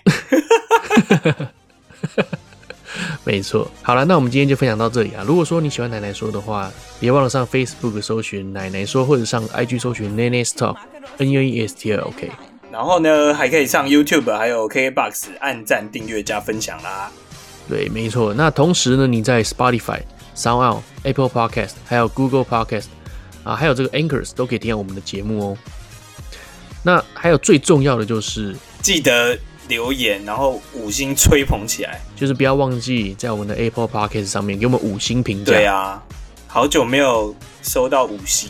Speaker 2: 没错，好了，那我们今天就分享到这里啊。如果说你喜欢奶奶说的话，别忘了上 Facebook 搜寻奶奶说，或者上 I G 搜寻 Nene Talk N E E S T L K。
Speaker 3: 然后呢，还可以上 YouTube 还有 K K B O X 按赞、订阅加分享啦。
Speaker 2: 对，没错。那同时呢，你在 Spotify、SoundOn、Apple Podcast 还有 Google Podcast 啊，还有这个 Anchors 都可以听到我们的节目哦。那还有最重要的就是
Speaker 3: 记得留言，然后五星吹捧起来，
Speaker 2: 就是不要忘记在我们的 Apple Podcast 上面给我们五星评价。
Speaker 3: 对啊，好久没有收到五星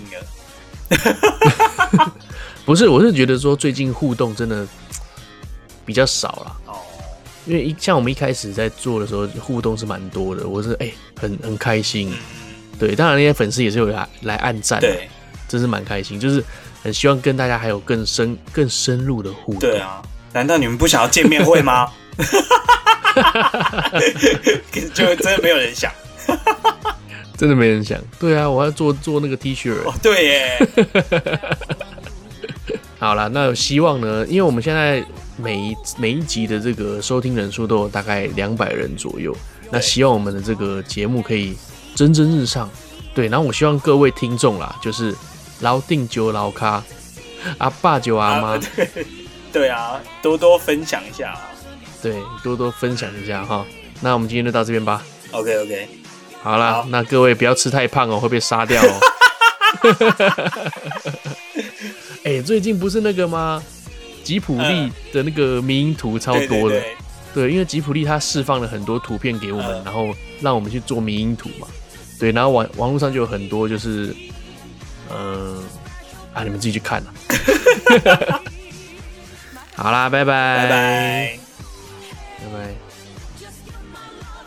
Speaker 3: 了。
Speaker 2: 不是，我是觉得说最近互动真的比较少啦。哦，因为像我们一开始在做的时候，互动是蛮多的，我是哎、欸、很很开心。嗯、对，当然那些粉丝也是有来来按赞，对，真是蛮开心，就是很希望跟大家还有更深更深入的互动。
Speaker 3: 对啊，难道你们不想要见面会吗？就真的没有人想。
Speaker 2: 真的没人想，对啊，我要做做那个 T 恤。
Speaker 3: 哦，对耶。
Speaker 2: 好啦，那希望呢，因为我们现在每一每一集的这个收听人数都有大概两百人左右，那希望我们的这个节目可以蒸蒸日上。对，然后我希望各位听众啦，就是老定酒老咖，阿爸酒阿妈、啊，
Speaker 3: 对对啊，多多分享一下、啊。
Speaker 2: 对，多多分享一下哈。那我们今天就到这边吧。
Speaker 3: OK OK。
Speaker 2: 好啦，好，那各位不要吃太胖哦，会被杀掉哦。哎、欸，最近不是那个吗？吉普力的那个迷因图超多的，对, 对, 对, 对，因为吉普力他释放了很多图片给我们，呃、然后让我们去做迷因图嘛。对，然后网网络上就有很多就是，嗯、呃，啊，你们自己去看啦。好啦，拜拜，
Speaker 3: 拜拜，
Speaker 2: 拜拜。